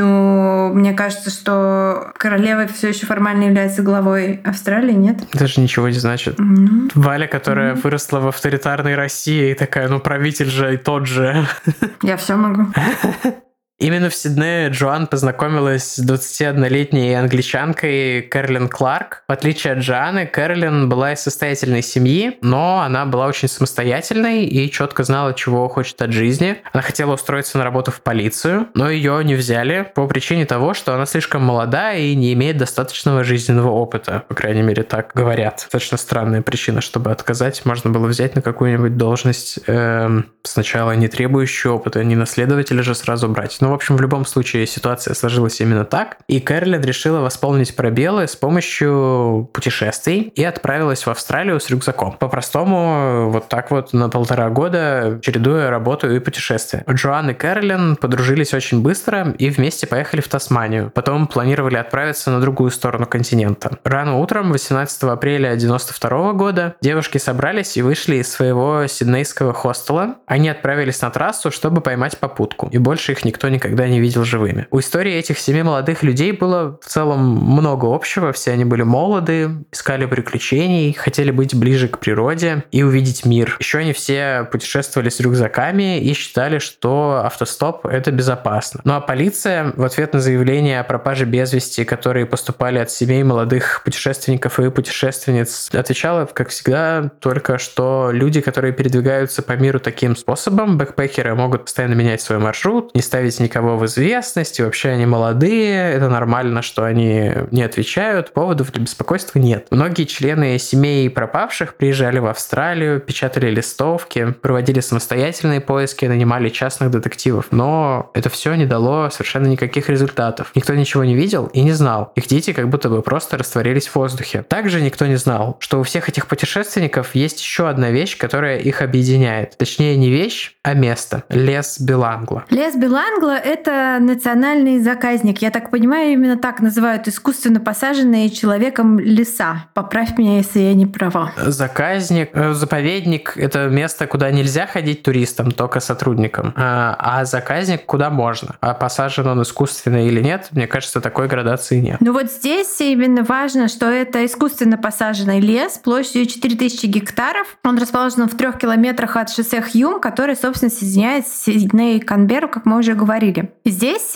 Ну, мне кажется, что королева все еще формально является главой Австралии, нет? Даже ничего не значит. Валя, которая выросла в авторитарной России, и такая, правитель же и тот же. Я все могу. Именно в Сиднее Джоан познакомилась с 21-летней англичанкой Кэролин Кларк. В отличие от Джоанны, Кэролин была из состоятельной семьи, но она была очень самостоятельной и четко знала, чего хочет от жизни. Она хотела устроиться на работу в полицию, но ее не взяли по причине того, что она слишком молода и не имеет достаточного жизненного опыта. По крайней мере, так говорят. Достаточно странная причина, чтобы отказать. Можно было взять на какую-нибудь должность сначала не требующую опыта, не на следователя же сразу брать. В общем, в любом случае ситуация сложилась именно так. И Кэролин решила восполнить пробелы с помощью путешествий и отправилась в Австралию с рюкзаком. По-простому, вот так вот на 1,5 года, чередуя работу и путешествия. Джоан и Кэролин подружились очень быстро и вместе поехали в Тасманию. Потом планировали отправиться на другую сторону континента. Рано утром, 18 апреля 1992 года, девушки собрались и вышли из своего сиднейского хостела. Они отправились на трассу, чтобы поймать попутку. И больше их никто никогда не видел живыми. У истории этих 7 молодых людей было в целом много общего. Все они были молоды, искали приключений, хотели быть ближе к природе и увидеть мир. Еще они все путешествовали с рюкзаками и считали, что автостоп — это безопасно. Ну а полиция в ответ на заявления о пропаже без вести, которые поступали от семей молодых путешественников и путешественниц, отвечала, как всегда, только что люди, которые передвигаются по миру таким способом, бэкпэкеры, могут постоянно менять свой маршрут, не ставить никого в известность, и вообще они молодые, это нормально, что они не отвечают, поводов для беспокойства нет. Многие члены семей пропавших приезжали в Австралию, печатали листовки, проводили самостоятельные поиски, нанимали частных детективов, но это все не дало совершенно никаких результатов. Никто ничего не видел и не знал. Их дети как будто бы просто растворились в воздухе. Также никто не знал, что у всех этих путешественников есть еще одна вещь, которая их объединяет. Точнее, не вещь, а место. Лес Белангла. Лес Белангла — это национальный заказник. Я так понимаю, именно так называют искусственно посаженные человеком леса. Поправь меня, если я не права. Заказник, заповедник — это место, куда нельзя ходить туристам, только сотрудникам. А заказник — куда можно. А посажен он искусственно или нет, мне кажется, такой градации нет. Ну вот здесь именно важно, что это искусственно посаженный лес площадью 4000 гектаров. Он расположен в 3 километрах от шоссе Хьюм, который, собственно, соединяет Сидней и Канберру, как мы уже говорили. говорили. Здесь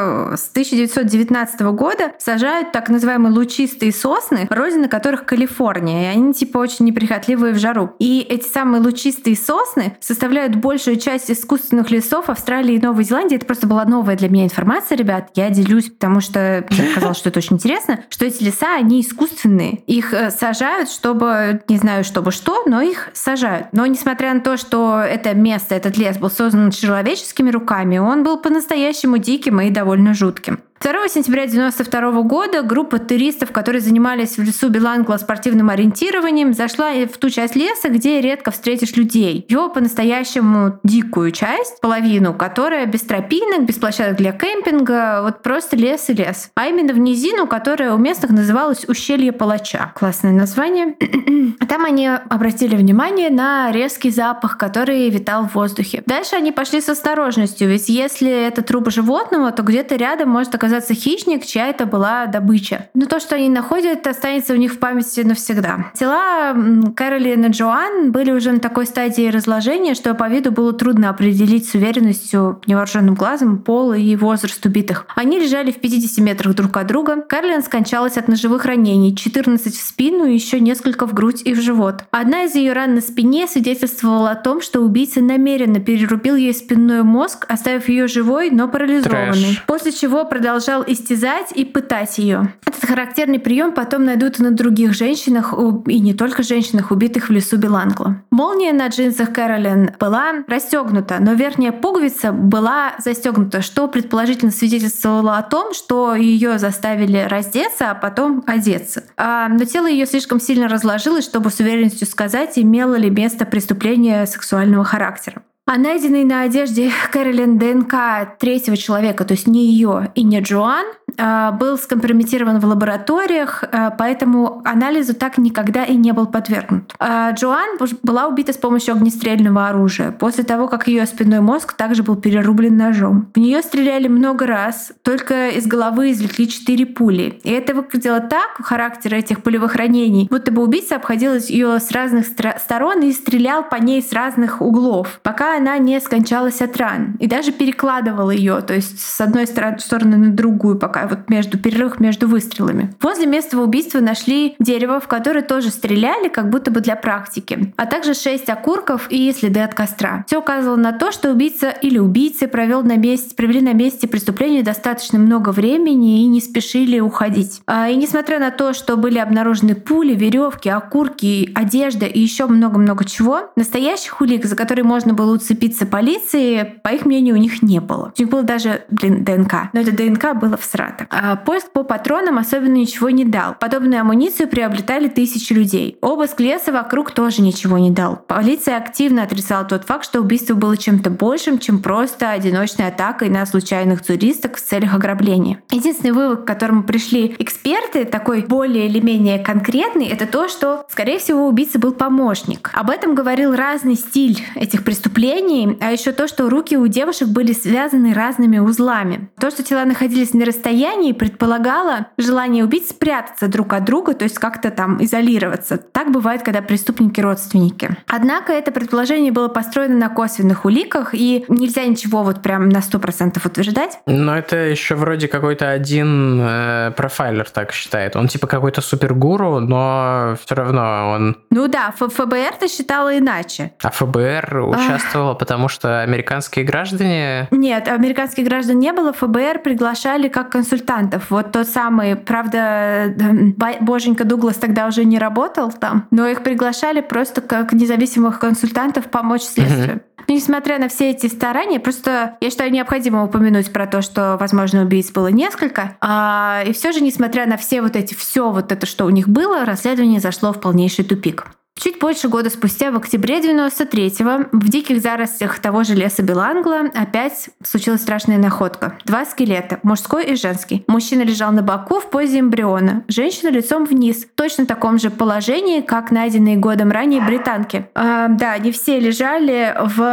с 1919 года сажают так называемые лучистые сосны, родина которых Калифорния, и они типа очень неприхотливые в жару. И эти самые лучистые сосны составляют большую часть искусственных лесов Австралии и Новой Зеландии. Это просто была новая для меня информация, ребят. Я делюсь, потому что мне казалось, что это очень интересно, что эти леса, они искусственные. Их сажают, чтобы, не знаю, чтобы что, но их сажают. Но несмотря на то, что это место, этот лес был создан человеческими руками, он был по-настоящему диким и довольно жутким. 2 сентября 1992 года группа туристов, которые занимались в лесу Белангла спортивным ориентированием, зашла в ту часть леса, где редко встретишь людей. Ее по-настоящему дикую часть, половину, которая без тропинок, без площадок для кемпинга, вот просто лес и лес. А именно в низину, которая у местных называлась Ущелье Палача. Классное название. Там они обратили внимание на резкий запах, который витал в воздухе. Дальше они пошли с осторожностью, ведь если это труп животного, то где-то рядом может оказаться хищник, чья это была добыча. Но то, что они находят, останется у них в памяти навсегда. Тела Кэролин и Джоан были уже на такой стадии разложения, что по виду было трудно определить с уверенностью невооруженным глазом пол и возраст убитых. Они лежали в 50 метрах друг от друга. Кэролин скончалась от ножевых ранений, 14 в спину и еще несколько в грудь и в живот. Одна из ее ран на спине свидетельствовала о том, что убийца намеренно перерубил ей спинной мозг, оставив ее живой, но парализованной. Трэш. После чего продолжал истязать и пытать ее. Этот характерный прием потом найдут и на других женщинах, и не только женщинах, убитых в лесу Белангла. Молния на джинсах Кэролин была расстегнута, но верхняя пуговица была застегнута, что предположительно свидетельствовало о том, что ее заставили раздеться, а потом одеться. Но тело ее слишком сильно разложилось, чтобы с уверенностью сказать, имело ли место преступление сексуального характера. А найденный на одежде Кэролин ДНК третьего человека, то есть не ее и не Джоан, был скомпрометирован в лабораториях, поэтому анализу так никогда и не был подвергнут. Джоан была убита с помощью огнестрельного оружия после того, как ее спинной мозг также был перерублен ножом. В нее стреляли много раз, только из головы извлекли 4 пули. И это выглядело так, характер этих пулевых ранений, будто бы убийца обходил ее с разных сторон и стрелял по ней с разных углов, пока она не скончалась от ран. И даже перекладывал ее, то есть с одной стороны на другую, пока вот между перерывах между выстрелами. Возле места убийства нашли дерево, в которое тоже стреляли, как будто бы для практики, а также 6 окурков и следы от костра. Все указывало на то, что убийца или убийцы провели на месте преступления достаточно много времени и не спешили уходить. И несмотря на то, что были обнаружены пули, веревки, окурки, одежда и еще много-много чего, настоящих улик, за которые можно было уцепиться полиции, по их мнению, у них не было. У них было даже ДНК, но это ДНК было всрато. Поиск по патронам особенно ничего не дал. Подобную амуницию приобретали тысячи людей. Обыск леса вокруг тоже ничего не дал. Полиция активно отрицала тот факт, что убийство было чем-то большим, чем просто одиночной атакой на случайных туристов в целях ограбления. Единственный вывод, к которому пришли эксперты, такой более или менее конкретный, это то, что, скорее всего, убийца был помощник. Об этом говорил разный стиль этих преступлений, а еще то, что руки у девушек были связаны разными узлами. То, что тела находились на расстоянии, предполагало желание убийц спрятаться друг от друга, то есть как-то там изолироваться. Так бывает, когда преступники родственники. Однако это предположение было построено на косвенных уликах, и нельзя ничего вот прям на 100% утверждать. Но это еще вроде какой-то один профайлер так считает. Он типа какой-то супергуру, но все равно он... Ну да, ФБР-то считала иначе. А ФБР участвовала, потому что американские граждане... Нет, американских граждан не было, ФБР приглашали как консультантов. Вот тот самый, правда, боженька Дуглас тогда уже не работал там, но их приглашали просто как независимых консультантов помочь следствию. Но несмотря на все эти старания, просто я считаю необходимо упомянуть про то, что, возможно, убийц было несколько. И все же, несмотря на все вот это, что у них было, расследование зашло в полнейший тупик. Чуть больше года спустя, в октябре 93-го, в диких зарослях того же леса Белангла опять случилась страшная находка. 2 скелета, мужской и женский. Мужчина лежал на боку в позе эмбриона, женщина лицом вниз, в точно таком же положении, как найденные годом ранее британки. Да, они все лежали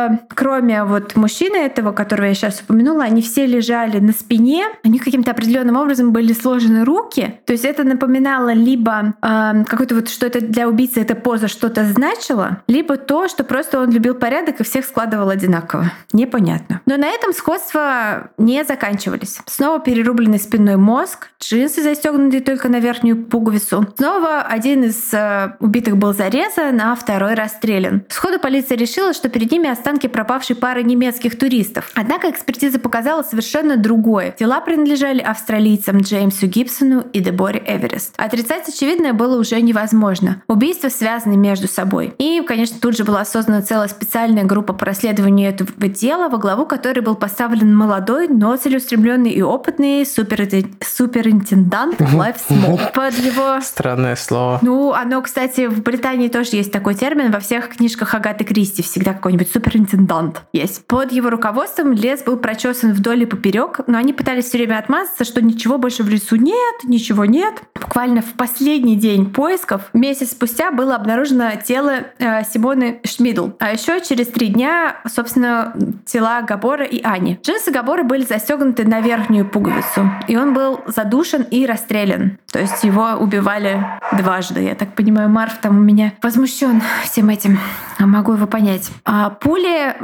кроме вот мужчины этого, которого я сейчас упомянула, они все лежали на спине, у них каким-то определенным образом были сложены руки, то есть это напоминало либо какой-то вот, что это для убийцы это поза, что-то значило, либо то, что просто он любил порядок и всех складывал одинаково. Непонятно. Но на этом сходства не заканчивались. Снова перерубленный спинной мозг, джинсы, застегнутые только на верхнюю пуговицу. Снова один из убитых был зарезан, а второй расстрелян. Сходу полиция решила, что перед ними останки пропавшей пары немецких туристов. Однако экспертиза показала совершенно другое. Тела принадлежали австралийцам Джеймсу Гибсону и Деборе Эверест. Отрицать очевидное было уже невозможно. Убийства связаны между собой. И, конечно, тут же была создана целая специальная группа по расследованию этого дела, во главу которой был поставлен молодой, но целеустремленный и опытный суперинтендант Клайв Смол. Под его... Странное слово. Ну, оно, кстати, в Британии тоже есть такой термин. Во всех книжках Агаты Кристи всегда какой-нибудь суперинтендант есть. Под его руководством лес был прочесан вдоль и поперек, но они пытались все время отмазаться, что ничего больше в лесу нет, ничего нет. Буквально в последний день поисков, месяц спустя, было обнаружено тело Симоны Шмидл. А еще через 3 дня, собственно, тела Габора и Ани. Джинсы Габора были застегнуты на верхнюю пуговицу, и он был задушен и расстрелян. То есть его убивали дважды. Я так понимаю, Марв там у меня возмущен всем этим. Могу его понять. Пули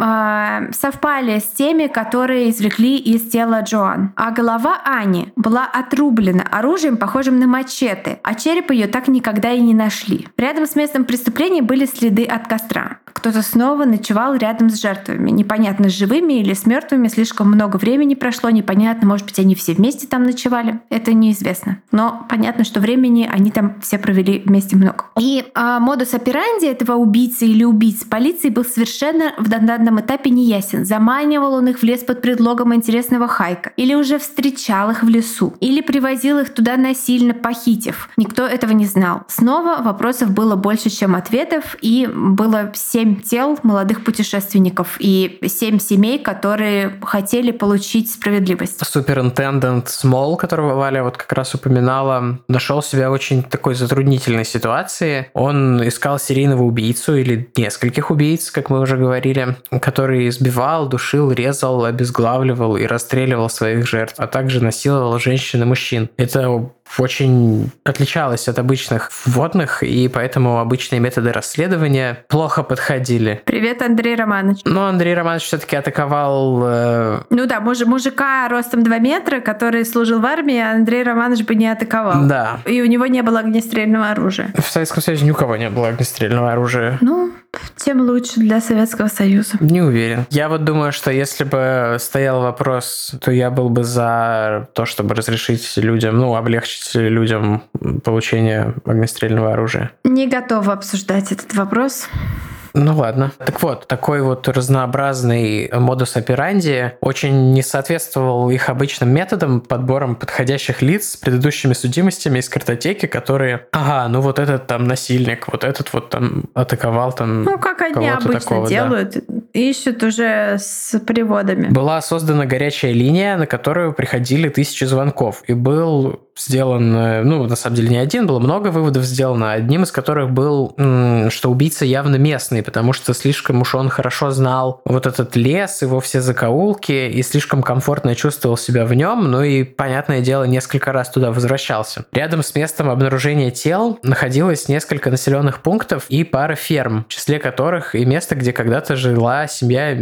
совпали с теми, которые извлекли из тела Джоан. А голова Ани была отрублена оружием, похожим на мачете, а череп ее так никогда и не нашли. Рядом с местом преступления были следы от костра. Кто-то снова ночевал рядом с жертвами. Непонятно, с живыми или с мертвыми. Слишком много времени прошло. Непонятно, может быть, они все вместе там ночевали. Это неизвестно. Но понятно, что времени они там все провели вместе много. И модус операнди этого убийцы или убийц полиции был совершенно в данном этапе неясен. Заманивал он их в лес под предлогом интересного хайка. Или уже встречал их в лесу. Или привозил их туда насильно, похитив. Никто этого не знал. Снова вопросов было больше, чем ответов. И было 7 тел молодых путешественников и 7 семей, которые хотели получить справедливость. Суперинтендант Смол, которого Валя вот как раз упоминала, нашел себя в очень такой затруднительной ситуации. Он искал серийного убийцу или нескольких убийц, как мы уже говорили, который избивал, душил, резал, обезглавливал и расстреливал своих жертв, а также насиловал женщин и мужчин. Это очень отличалось от обычных вводных, и поэтому обычные методы расследования плохо подходили. Привет, Андрей Романович. Но Андрей Романович все-таки атаковал... Ну да, мужика ростом 2 метра, который служил в армии, Андрей Романович бы не атаковал. Да. И у него не было огнестрельного оружия. В Советском Союзе ни у кого не было огнестрельного оружия. Ну, тем лучше для Советского Союза. Не уверен. Я вот думаю, что если бы стоял вопрос, то я был бы за то, чтобы разрешить людям, облегчить людям получение огнестрельного оружия. Не готова обсуждать этот вопрос. Ну ладно. Так вот, такой вот разнообразный модус операнди очень не соответствовал их обычным методам, подбором подходящих лиц с предыдущими судимостями из картотеки, которые, вот этот там насильник, вот этот вот там атаковал там как они обычно такого, делают, да. Ищут уже с приводами. Была создана горячая линия, на которую приходили 1000 звонков, и был сделан, на самом деле не один, было много выводов сделано, одним из которых был, что убийца явно местный, потому что слишком уж он хорошо знал вот этот лес, его все закоулки, и слишком комфортно чувствовал себя в нем, и, понятное дело, несколько раз туда возвращался. Рядом с местом обнаружения тел находилось несколько населенных пунктов и пара ферм, в числе которых и место, где когда-то жила семья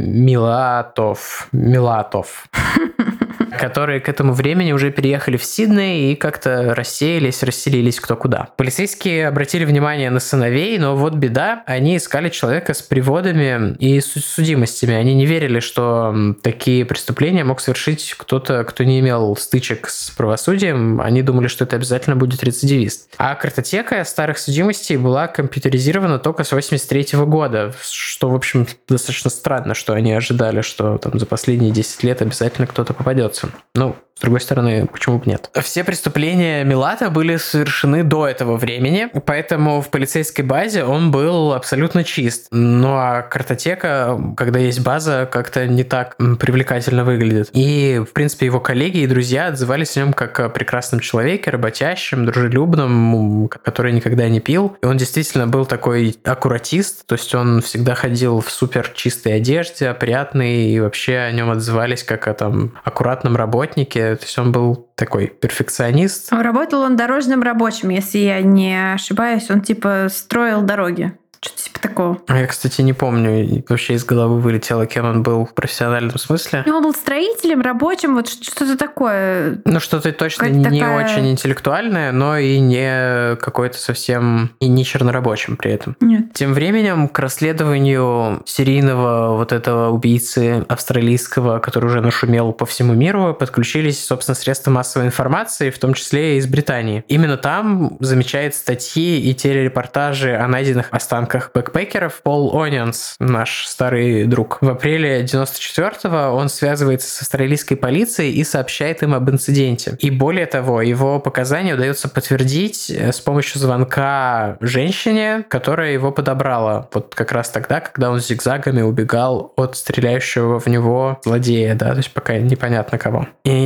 Милатов. Которые к этому времени уже переехали в Сидней и как-то расселились кто куда. Полицейские обратили внимание на сыновей, но вот беда, они искали человека с приводами и судимостями. Они не верили, что такие преступления мог совершить кто-то, кто не имел стычек с правосудием. Они думали, что это обязательно будет рецидивист. А картотека старых судимостей была компьютеризирована только с 1983 года, что, в общем, достаточно странно, что они ожидали, что там за последние 10 лет обязательно кто-то попадется. С другой стороны, почему бы нет? Все преступления Милата были совершены до этого времени, поэтому в полицейской базе он был абсолютно чист. А картотека, когда есть база, как-то не так привлекательно выглядит. И, в принципе, его коллеги и друзья отзывались о нем как о прекрасном человеке, работящем, дружелюбном, который никогда не пил. И он действительно был такой аккуратист, то есть он всегда ходил в супер чистой одежде, опрятный, и вообще о нем отзывались как о аккуратном работнике. То есть он был такой перфекционист. Работал он дорожным рабочим, если я не ошибаюсь. Он строил дороги. Что-то типа такого. Я, кстати, не помню, вообще из головы вылетело, кем он был в профессиональном смысле. Он был строителем, рабочим, вот что-то такое. Ну, что-то точно не очень интеллектуальное, но и не какой-то совсем и не чернорабочим при этом. Нет. Тем временем к расследованию серийного вот этого убийцы австралийского, который уже нашумел по всему миру, подключились, собственно, средства массовой информации, в том числе и из Британии. Именно там замечает статьи и телерепортажи о найденных останках бэкпекеров Пол Онионс, наш старый друг. В апреле 94-го он связывается с австралийской полицией и сообщает им об инциденте. И более того, его показания удается подтвердить с помощью звонка женщине, которая его подобрала. Вот как раз тогда, когда он зигзагами убегал от стреляющего в него злодея, да, то есть пока непонятно кого.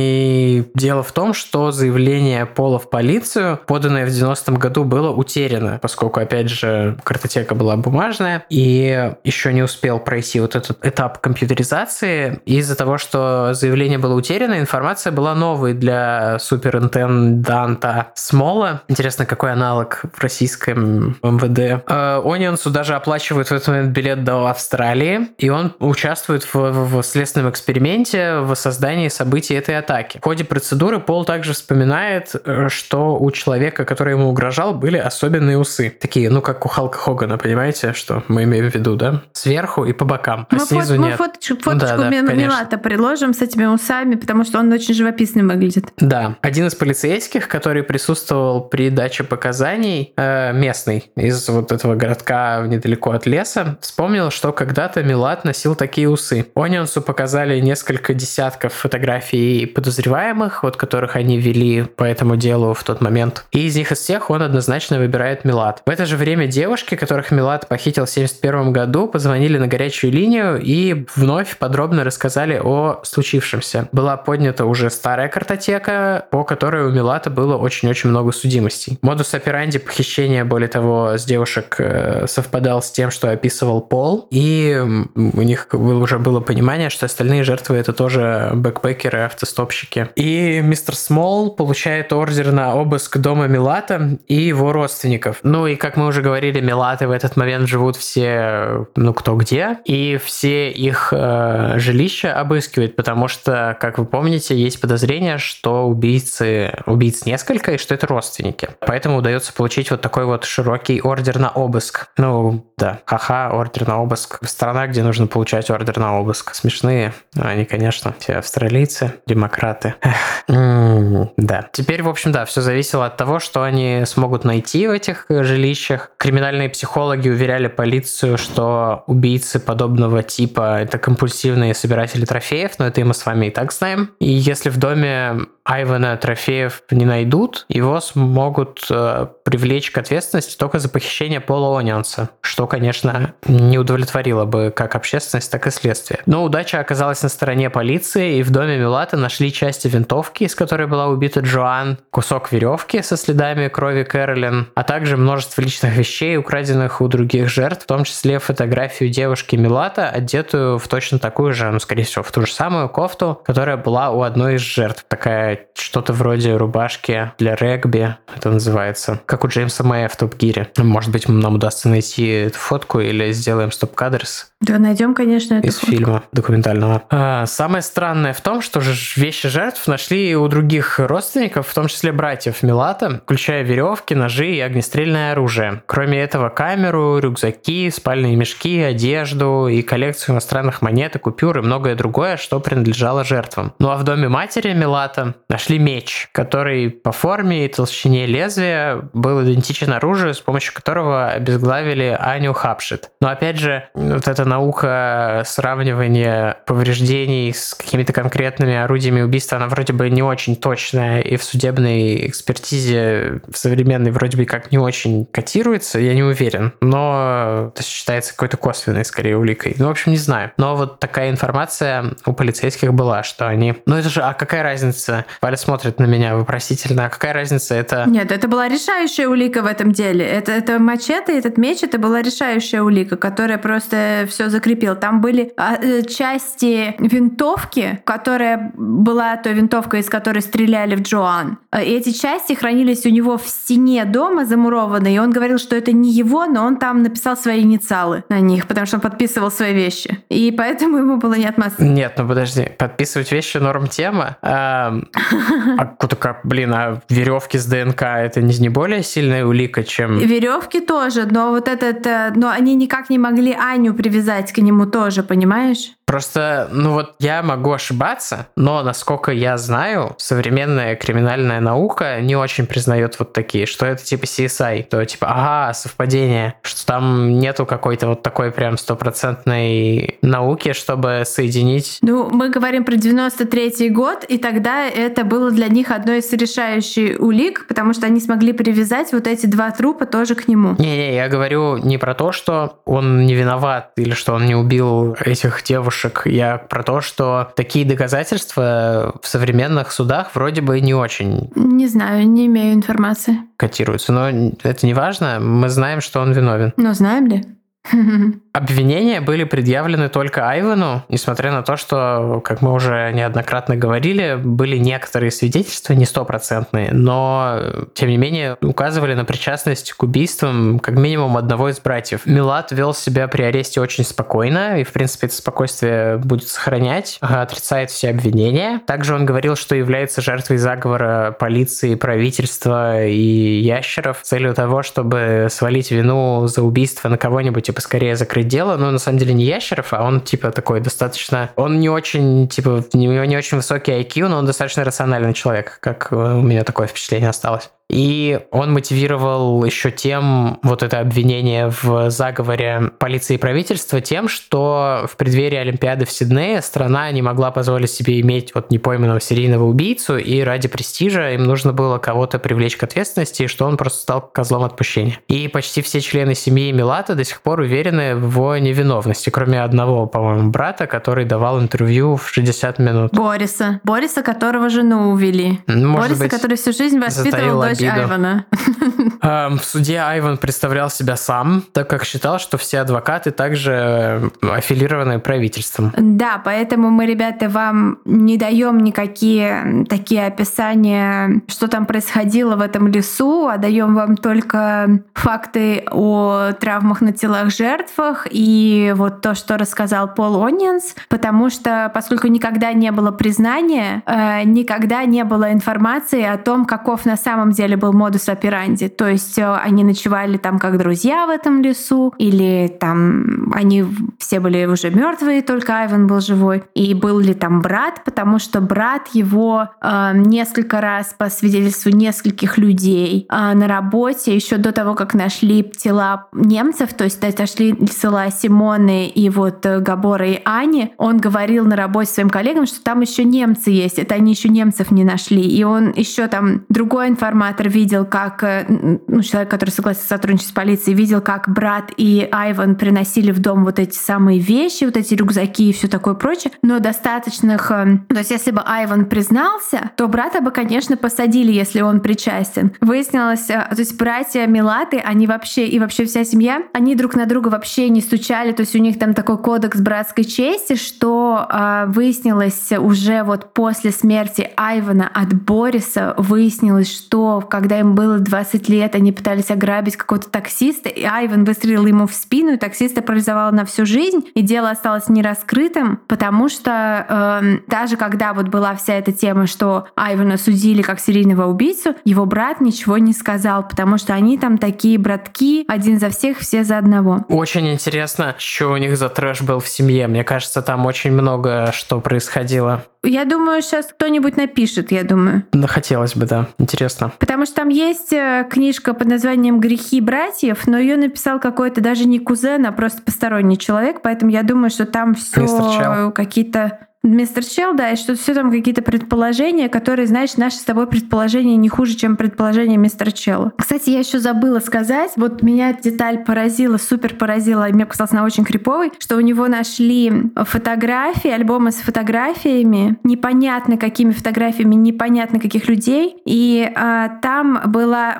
И дело в том, что заявление Пола в полицию, поданное в 90-м году, было утеряно, поскольку, опять же, картотека была бумажная, и еще не успел пройти вот этот этап компьютеризации. Из-за того, что заявление было утеряно, информация была новой для суперинтенданта Смола. Интересно, какой аналог в российском МВД. Онионсу даже оплачивают в этот момент билет до Австралии, и он участвует в следственном эксперименте в создании событий этой атаки. В ходе процедуры Пол также вспоминает, что у человека, который ему угрожал, были особенные усы. Такие, ну, как у Халка Хогана, понимаете, что мы имеем в виду, да? Сверху и по бокам, а снизу нет. Мы фоточку Милата приложим с этими усами, потому что он очень живописным выглядит. Да. Один из полицейских, который присутствовал при даче показаний, местный, из вот этого городка недалеко от леса, вспомнил, что когда-то Милат носил такие усы. Онионсу показали несколько десятков фотографий подозреваемых, вот которых они вели по этому делу в тот момент. И из них из всех он однозначно выбирает Милат. В это же время девушки, которых Милат похитил в 1971 году, позвонили на горячую линию и вновь подробно рассказали о случившемся. Была поднята уже старая картотека, по которой у Милата было очень-очень много судимостей. Модус операнди похищения, более того, с девушек совпадал с тем, что описывал Пол, и у них уже было понимание, что остальные жертвы — это тоже бэкпекеры, автостопщики. И мистер Смол получает ордер на обыск дома Милата и его родственников. Ну и, как мы уже говорили, Милаты в этот момент живут все, ну, кто где, и все их жилища обыскивают, потому что, как вы помните, есть подозрение, что убийц несколько, и что это родственники. Поэтому удается получить вот такой вот широкий ордер на обыск. Ну, да, ха-ха, ордер на обыск. Страна, где нужно получать ордер на обыск. Смешные они, конечно, все австралийцы, демократы. Да. Теперь, в общем, да, все зависело от того, что они смогут найти в этих жилищах. Криминальные психологи уверяли полицию, что убийцы подобного типа — это компульсивные собиратели трофеев, но это и мы с вами и так знаем. И если в доме Айвана трофеев не найдут, его смогут привлечь к ответственности только за похищение Пола Онионса, что, конечно, не удовлетворило бы как общественность, так и следствие. Но удача оказалась на стороне полиции, и в доме Милата нашли части винтовки, из которой была убита Джоан, кусок веревки со следами крови Кэролин, а также множество личных вещей, украденных у других жертв, в том числе фотографию девушки Милата, одетую в точно такую же, ну, скорее всего, в ту же самую кофту, которая была у одной из жертв. Такая что-то вроде рубашки для регби, это называется. Как у Джеймса Мэя в Топ Гире. Может быть, нам удастся найти эту фотку или сделаем стоп-кадрс. Да, найдем, конечно, эту из фотку. Фильма документального. Самое странное в том, что вещи жертв нашли и у других родственников, в том числе братьев Милата, включая веревки, ножи и огнестрельное оружие. Кроме этого, камеру, рюкзаки, спальные мешки, одежду и коллекцию иностранных монет и купюр и многое другое, что принадлежало жертвам. Ну а в доме матери Милата нашли меч, который по форме и толщине лезвия был идентичен оружию, с помощью которого обезглавили Аню Хапшит. Но опять же, вот эта наука сравнивания повреждений с какими-то конкретными орудиями убийства, она вроде бы не очень точная, и в судебной экспертизе в современной вроде бы как не очень котируется, я не уверен. Но это считается какой-то косвенной, скорее, уликой. Ну, в общем, не знаю. Но вот такая информация у полицейских была, что они... Ну, это же, а какая разница? Валя смотрит на меня вопросительно. А какая разница? Это... Нет, это была решающая улика в этом деле. Это мачете, этот меч, это была решающая улика, которая просто все закрепила. Там были части винтовки, которая была той винтовкой, из которой стреляли в Джоан. Эти части хранились у него в стене дома замурованные, и он говорил, что это не его, но он там написал свои инициалы на них, потому что он подписывал свои вещи. И поэтому ему было не отмазаться. Нет, ну подожди, подписывать вещи норм тема. А веревки с ДНК это не более сильная улика, чем... Веревки тоже, но вот но они никак не могли Аню привязать к нему тоже, понимаешь? Просто, я могу ошибаться, но, насколько я знаю, современная криминальная наука не очень признает вот такие, что это типа CSI, то типа, совпадение, что там нету какой-то вот такой прям стопроцентной науки, чтобы соединить... Мы говорим про 93-й год, и тогда это было для них одной из решающих улик, потому что они смогли привязать вот эти два трупа тоже к нему. Не, я говорю не про то, что он не виноват или что он не убил этих девушек. Я про то, что такие доказательства в современных судах вроде бы не очень... Не знаю, не имею информации. Котируются, но это не важно. Мы знаем, что он виновен. Но знаем ли? Обвинения были предъявлены только Айвану, несмотря на то, что, как мы уже неоднократно говорили, были некоторые свидетельства, не стопроцентные, но, тем не менее, указывали на причастность к убийствам как минимум одного из братьев. Милат вел себя при аресте очень спокойно, и, в принципе, это спокойствие будет сохранять, отрицает все обвинения. Также он говорил, что является жертвой заговора полиции, правительства и ящеров с целью того, чтобы свалить вину за убийство на кого-нибудь и поскорее закрыть дело, но на самом деле не ящеров, а он такой достаточно... Он не очень, у него не очень высокий IQ, но он достаточно рациональный человек, как у меня такое впечатление осталось. И он мотивировал еще тем, вот это обвинение в заговоре полиции и правительства, тем, что в преддверии Олимпиады в Сиднее страна не могла позволить себе иметь непойманного серийного убийцу, и ради престижа им нужно было кого-то привлечь к ответственности, и что он просто стал козлом отпущения. И почти все члены семьи Милата до сих пор уверены в его невиновности, кроме одного, по-моему, брата, который давал интервью в 60 минут. Бориса, которого жену увели. Бориса, который всю жизнь воспитывал дочь Айвана. В суде Айван представлял себя сам, так как считал, что все адвокаты также аффилированы правительством. Да, поэтому мы, ребята, вам не даем никакие такие описания, что там происходило в этом лесу, а даем вам только факты о травмах на телах жертвах и вот то, что рассказал Пол Оньенс, потому что, поскольку никогда не было признания, никогда не было информации о том, каков на самом деле был модус операнди. То есть они ночевали там как друзья в этом лесу, или там они все были уже мертвые, только Айван был живой. И был ли там брат, потому что брат его несколько раз, по свидетельству нескольких людей, на работе, еще до того, как нашли тела немцев, то есть нашли тела Симоны и Габора и Ани, он говорил на работе своим коллегам, что там еще немцы есть, это они еще немцев не нашли. И он еще там другой информатор видел, как человек, который согласился сотрудничать с полицией, видел, как брат и Айван приносили в дом эти самые вещи, эти рюкзаки и все такое прочее, но достаточных... То есть если бы Айван признался, то брата бы, конечно, посадили, если он причастен. Выяснилось, то есть братья Милаты, они вообще, и вообще вся семья, они друг на друга вообще не стучали, то есть у них там такой кодекс братской чести, что выяснилось уже после смерти Айвана от Бориса, выяснилось, что когда им было 20 лет, они пытались ограбить какого-то таксиста, и Айван выстрелил ему в спину, и таксиста парализовало на всю жизнь, и дело осталось нераскрытым, потому что даже когда была вся эта тема, что Айвана судили как серийного убийцу, его брат ничего не сказал, потому что они там такие братки, один за всех, все за одного. Очень интересно, что у них за трэш был в семье. Мне кажется, там очень много что происходило. Я думаю, сейчас кто-нибудь напишет, я думаю. Да, хотелось бы, да. Интересно. Потому что там есть книжка под названием «Грехи братьев», но ее написал какой-то даже не кузен, а просто посторонний человек, поэтому я думаю, что там все какие-то Мистер Чел, да, и что все там какие-то предположения, которые, знаешь, наши с тобой предположения не хуже, чем предположения мистера Чела. Кстати, я еще забыла сказать, вот меня эта деталь поразила, супер поразила, и мне показалось, она очень криповой, что у него нашли фотографии, альбомы с фотографиями, непонятно какими фотографиями, непонятно каких людей, и там была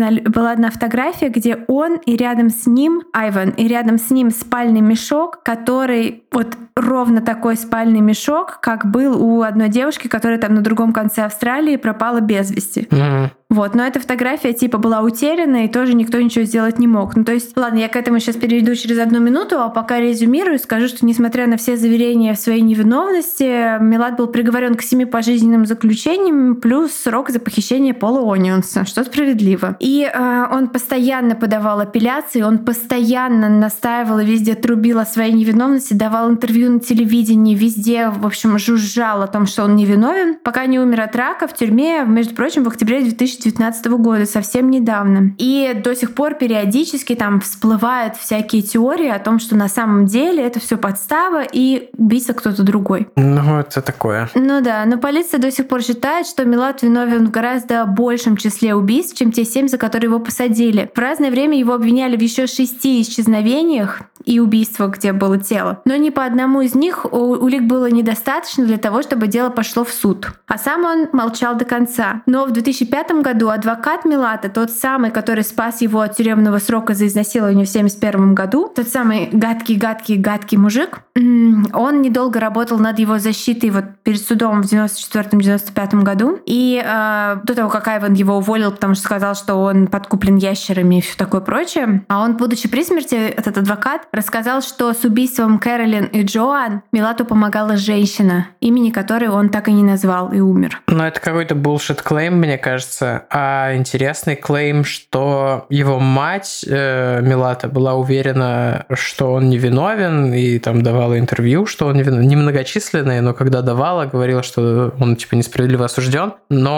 одна фотография, где он и рядом с ним, Айван, и рядом с ним спальный мешок, который вот ровно такой спальный мешок, как был у одной девушки, которая там на другом конце Австралии пропала без вести. Вот, но эта фотография типа была утеряна, и тоже никто ничего сделать не мог. Ну, то есть, ладно, я к этому сейчас перейду через 1 минуту, а пока резюмирую, скажу, что несмотря на все заверения в своей невиновности, Милат был приговорен к 7 пожизненным заключениям плюс срок за похищение Пола Онионса, что справедливо. И он постоянно подавал апелляции, он постоянно настаивал и везде трубил о своей невиновности, давал интервью на телевидении, везде, в общем, жужжал о том, что он невиновен, пока не умер от рака в тюрьме, между прочим, в октябре 2019 года, совсем недавно. И до сих пор периодически там всплывают всякие теории о том, что на самом деле это все подстава и убийца кто-то другой. Ну, это такое. Ну да, но полиция до сих пор считает, что Милат виновен в гораздо большем числе убийств, чем те 7, за которые его посадили. В разное время его обвиняли в еще 6 исчезновениях и убийствах, где было тело. Но ни по одному из них улик было недостаточно для того, чтобы дело пошло в суд. А сам он молчал до конца. Но в 2005 году адвокат Милата, тот самый, который спас его от тюремного срока за изнасилование в 1971 году, тот самый гадкий мужик, он недолго работал над его защитой вот перед судом в 1994-1995 году. И до того, как Айван его уволил, потому что сказал, что он подкуплен ящерами и все такое прочее, а он, будучи при смерти, этот адвокат, рассказал, что с убийством Кэролин и Джоан Милату помогала женщина, имени которой он так и не назвал и умер. Ну, это какой-то bullshit клейм, мне кажется. А интересный клейм, что его мать Милата была уверена, что он невиновен, и там давала интервью, что он невиновен. Немногочисленные, но когда давала, говорила, что он типа несправедливо осужден.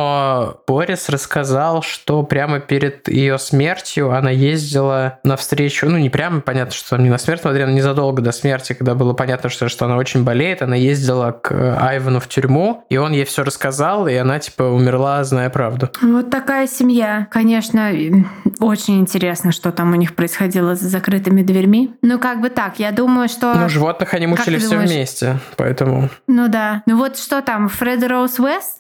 Но Борис рассказал, что прямо перед ее смертью она ездила навстречу, ну не прямо, понятно, что там не на смерть, но незадолго до смерти, когда было понятно, что она очень болеет, она ездила к Айвану в тюрьму, и он ей все рассказал, и она типа умерла, зная правду. Вот такая семья. Конечно, очень интересно, что там у них происходило за закрытыми дверьми. Ну, как бы так, я думаю, что... Ну, животных они мучили все вместе, поэтому... Ну да. Ну вот что там, Фред Роуз Уэст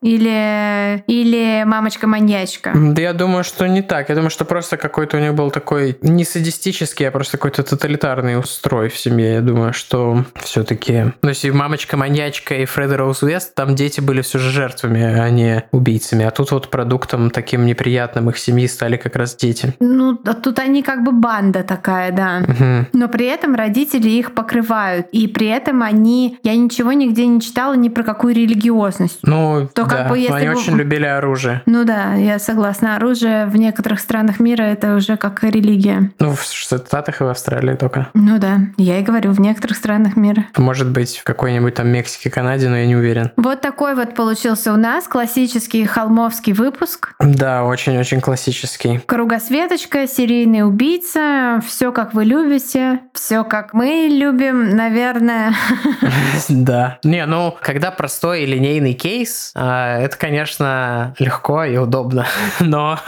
или мамочка-маньячка? Да я думаю, что не так. Я думаю, что просто какой-то у них был такой не садистический, а просто какой-то тоталитарный устрой в семье. Я думаю, что все-таки... Ну, если мамочка-маньячка и Фред Роуз Уэст, там дети были все же жертвами, а не убийцами. А тут вот продуктом таким неприятным их семьи стали как раз дети. Ну, а тут они как бы банда такая, да. Угу. Но при этом родители их покрывают. И при этом они... Я ничего нигде не читала ни про какую религиозность. Ну, то, да, как бы, если они очень любили оружие. Ну да, я согласна. Оружие в некоторых странах мира — это уже как религия. Ну, в Штатах и в Австралии только. Ну да, я и говорю, в некоторых странах мира. Может быть, в какой-нибудь там Мексике, Канаде, но я не уверен. Вот такой вот получился у нас классический холмовский выпуск. Да, очень-очень классический. Кругосветочка, серийный убийца, все как вы любите, все как мы любим, наверное. Да. Не, ну, когда простой линейный кейс, это, конечно, легко и удобно, но...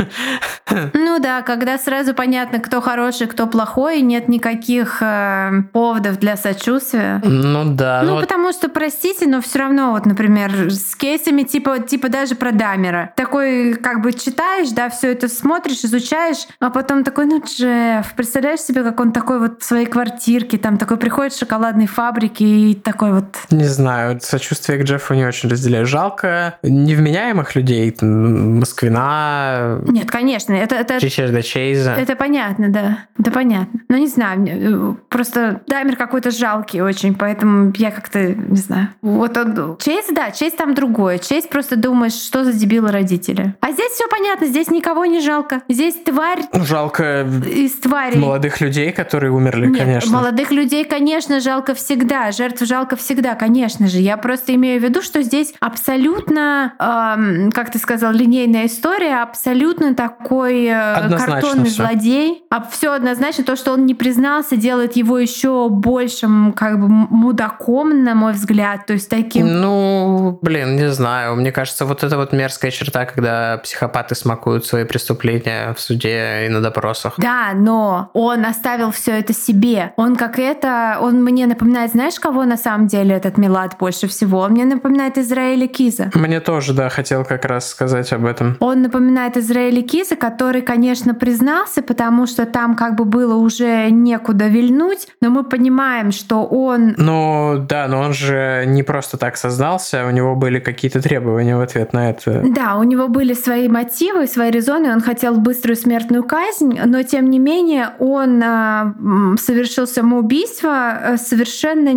Ну да, когда сразу понятно, кто хороший, кто плохой, нет никаких поводов для сочувствия. Ну да. Ну, потому что, простите, но все равно, вот, например, с кейсами типа даже про Даммера. Такой, как бы, читаешь, да, все это смотришь, изучаешь, а потом такой, ну, Джефф, представляешь себе, как он такой вот в своей квартирке, там такой приходит с шоколадной фабрики и такой вот... Не знаю, сочувствие к Джеффу не очень разделяю. Жалко невменяемых людей, Москвина... Нет, конечно, это Ричарда Чейза. Это понятно, да. Это понятно. Но не знаю, просто Даммер какой-то жалкий очень, поэтому я как-то, не знаю. Вот он... Чейз, да, Чейз там другое. Чейз просто думаешь, что за дебилы родители. А здесь все понятно, здесь никого не жалко. Здесь тварь... Жалко из тварей. Молодых людей, которые умерли, Нет, конечно. Молодых людей, конечно, жалко всегда. Жертв жалко всегда, конечно же. Я просто имею в виду, что здесь абсолютно, как ты сказал, линейная история, абсолютно такой такой картонный злодей. А все однозначно, то, что он не признался, делает его еще большим как бы мудаком, на мой взгляд. То есть таким... Не знаю. Мне кажется, вот это вот мерзкая черта, когда психопаты смакуют свои преступления в суде и на допросах. Да, но он оставил все это себе. Он мне напоминает, знаешь, кого на самом деле этот Милад больше всего? Он мне напоминает Израиля Киза. Мне тоже, да, хотел как раз сказать об этом. Он напоминает Израиля Киза, который, конечно, признался, потому что там как бы было уже некуда вильнуть, но мы понимаем, что он... Но он же не просто так создался, у него были какие-то требования в ответ на это. Да, у него были свои мотивы, свои резоны, он хотел быструю смертную казнь, но тем не менее он совершил самоубийство совершенно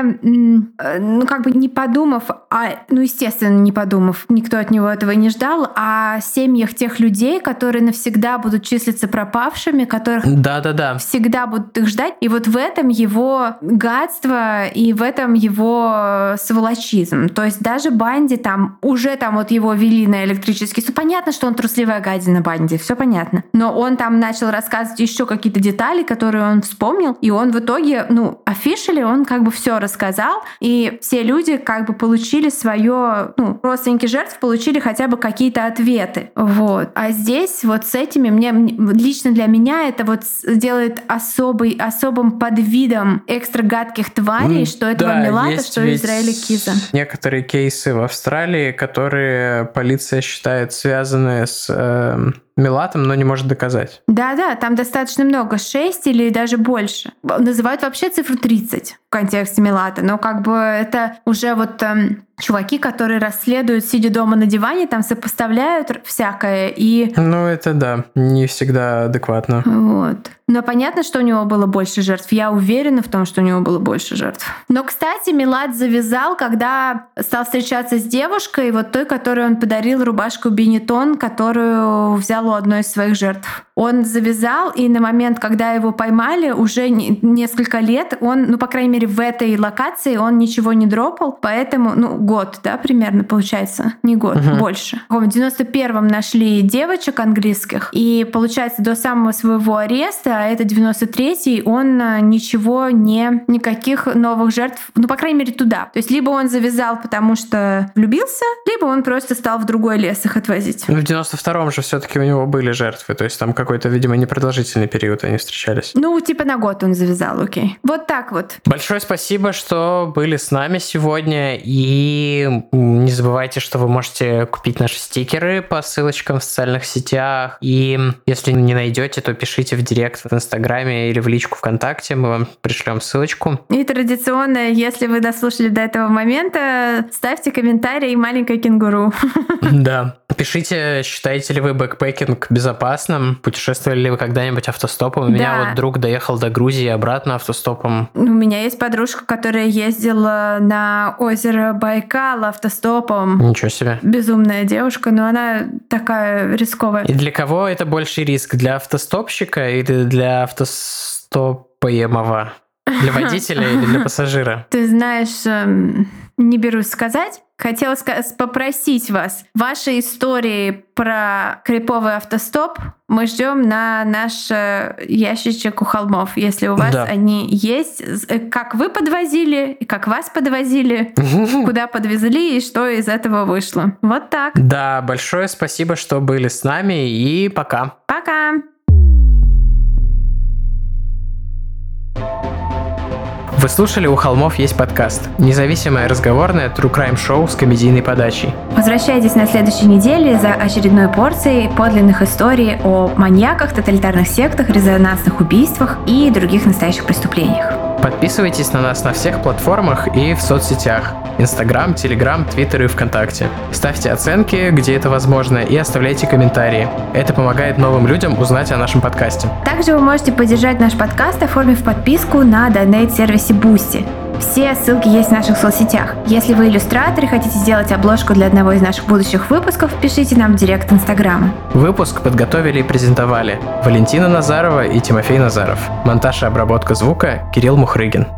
не подумав, естественно, не подумав, никто от него этого не ждал, о семьях тех людей, которые навсегда будут числиться пропавшими, которых всегда будут их ждать. И вот в этом его гадство и в этом его сволочизм. То есть даже Банди уже вот его вели на электрический суд. Понятно, что он трусливая гадина Банди, все понятно. Но он там начал рассказывать еще какие-то детали, которые он вспомнил, и он в итоге, officially он как бы все рассказал, и все люди как бы получили свое, родственники жертв получили хотя бы какие-то ответы. Вот. А здесь вот с этими лично для меня это вот делает особым подвидом экстра гадких тварей, что этого Милата, что Израиля Киза. Некоторые кейсы в Австралии, которые полиция считает связаны с Милатом, но не может доказать. Да, там достаточно много, 6 или даже больше. Называют вообще цифру 30 в контексте Милата, но как бы это уже вот чуваки, которые расследуют, сидя дома на диване, там сопоставляют всякое и... Это да, не всегда адекватно. Вот. Но понятно, что у него было больше жертв. Я уверена в том, что у него было больше жертв. Но, кстати, Милат завязал, когда стал встречаться с девушкой, вот той, которой он подарил рубашку Бенетон, которую взял у одной из своих жертв. Он завязал, и на момент, когда его поймали, уже несколько лет, он, по крайней мере, в этой локации он ничего не дропал, поэтому, год, да, примерно получается? Не год, больше. В 91-м нашли девочек английских, и, получается, до самого своего ареста, а это 93-й, он никаких новых жертв, по крайней мере, туда. То есть либо он завязал, потому что влюбился, либо он просто стал в другой лес их отвозить. В 92-м же все-таки у него были жертвы, то есть там какой-то, видимо, непродолжительный период они встречались. На год он завязал, окей. Вот так вот. Большое спасибо, что были с нами сегодня, и не забывайте, что вы можете купить наши стикеры по ссылочкам в социальных сетях, и если не найдете, то пишите в директ в Инстаграме или в личку ВКонтакте, мы вам пришлем ссылочку. И традиционно, если вы дослушали до этого момента, ставьте комментарий «Маленькая кенгуру». Да. Пишите, считаете ли вы бэкпэкинг безопасным, путешествовали ли вы когда-нибудь автостопом. У меня вот друг доехал до Грузии и обратно автостопом. У меня есть подружка, которая ездила на озеро Байкал автостопом. Ничего себе. Безумная девушка, но она такая рисковая. И для кого это больший риск? Для автостопщика или для автостопаемого? Для водителя или для пассажира? Ты знаешь, не берусь сказать. Хотела попросить вас, ваши истории про криповый автостоп мы ждем на наш ящичек у холмов. Если у вас они есть, как вы подвозили, и как вас подвозили, куда подвезли и что из этого вышло. Вот так. Да, большое спасибо, что были с нами, и пока. Пока. Вы слушали «У холмов есть подкаст» — независимое разговорное true crime шоу с комедийной подачей. Возвращайтесь на следующей неделе за очередной порцией подлинных историй о маньяках, тоталитарных сектах, резонансных убийствах и других настоящих преступлениях. Подписывайтесь на нас на всех платформах и в соцсетях: Инстаграм, Телеграм, Твиттер и ВКонтакте. Ставьте оценки, где это возможно, и оставляйте комментарии. Это помогает новым людям узнать о нашем подкасте. Также вы можете поддержать наш подкаст, оформив подписку на донейт-сервисе Boosty. Все ссылки есть в наших соцсетях. Если вы иллюстратор и хотите сделать обложку для одного из наших будущих выпусков, пишите нам в директ Инстаграма. Выпуск подготовили и презентовали Валентина Назарова и Тимофей Назаров. Монтаж и обработка звука — Кирилл Мухрыгин.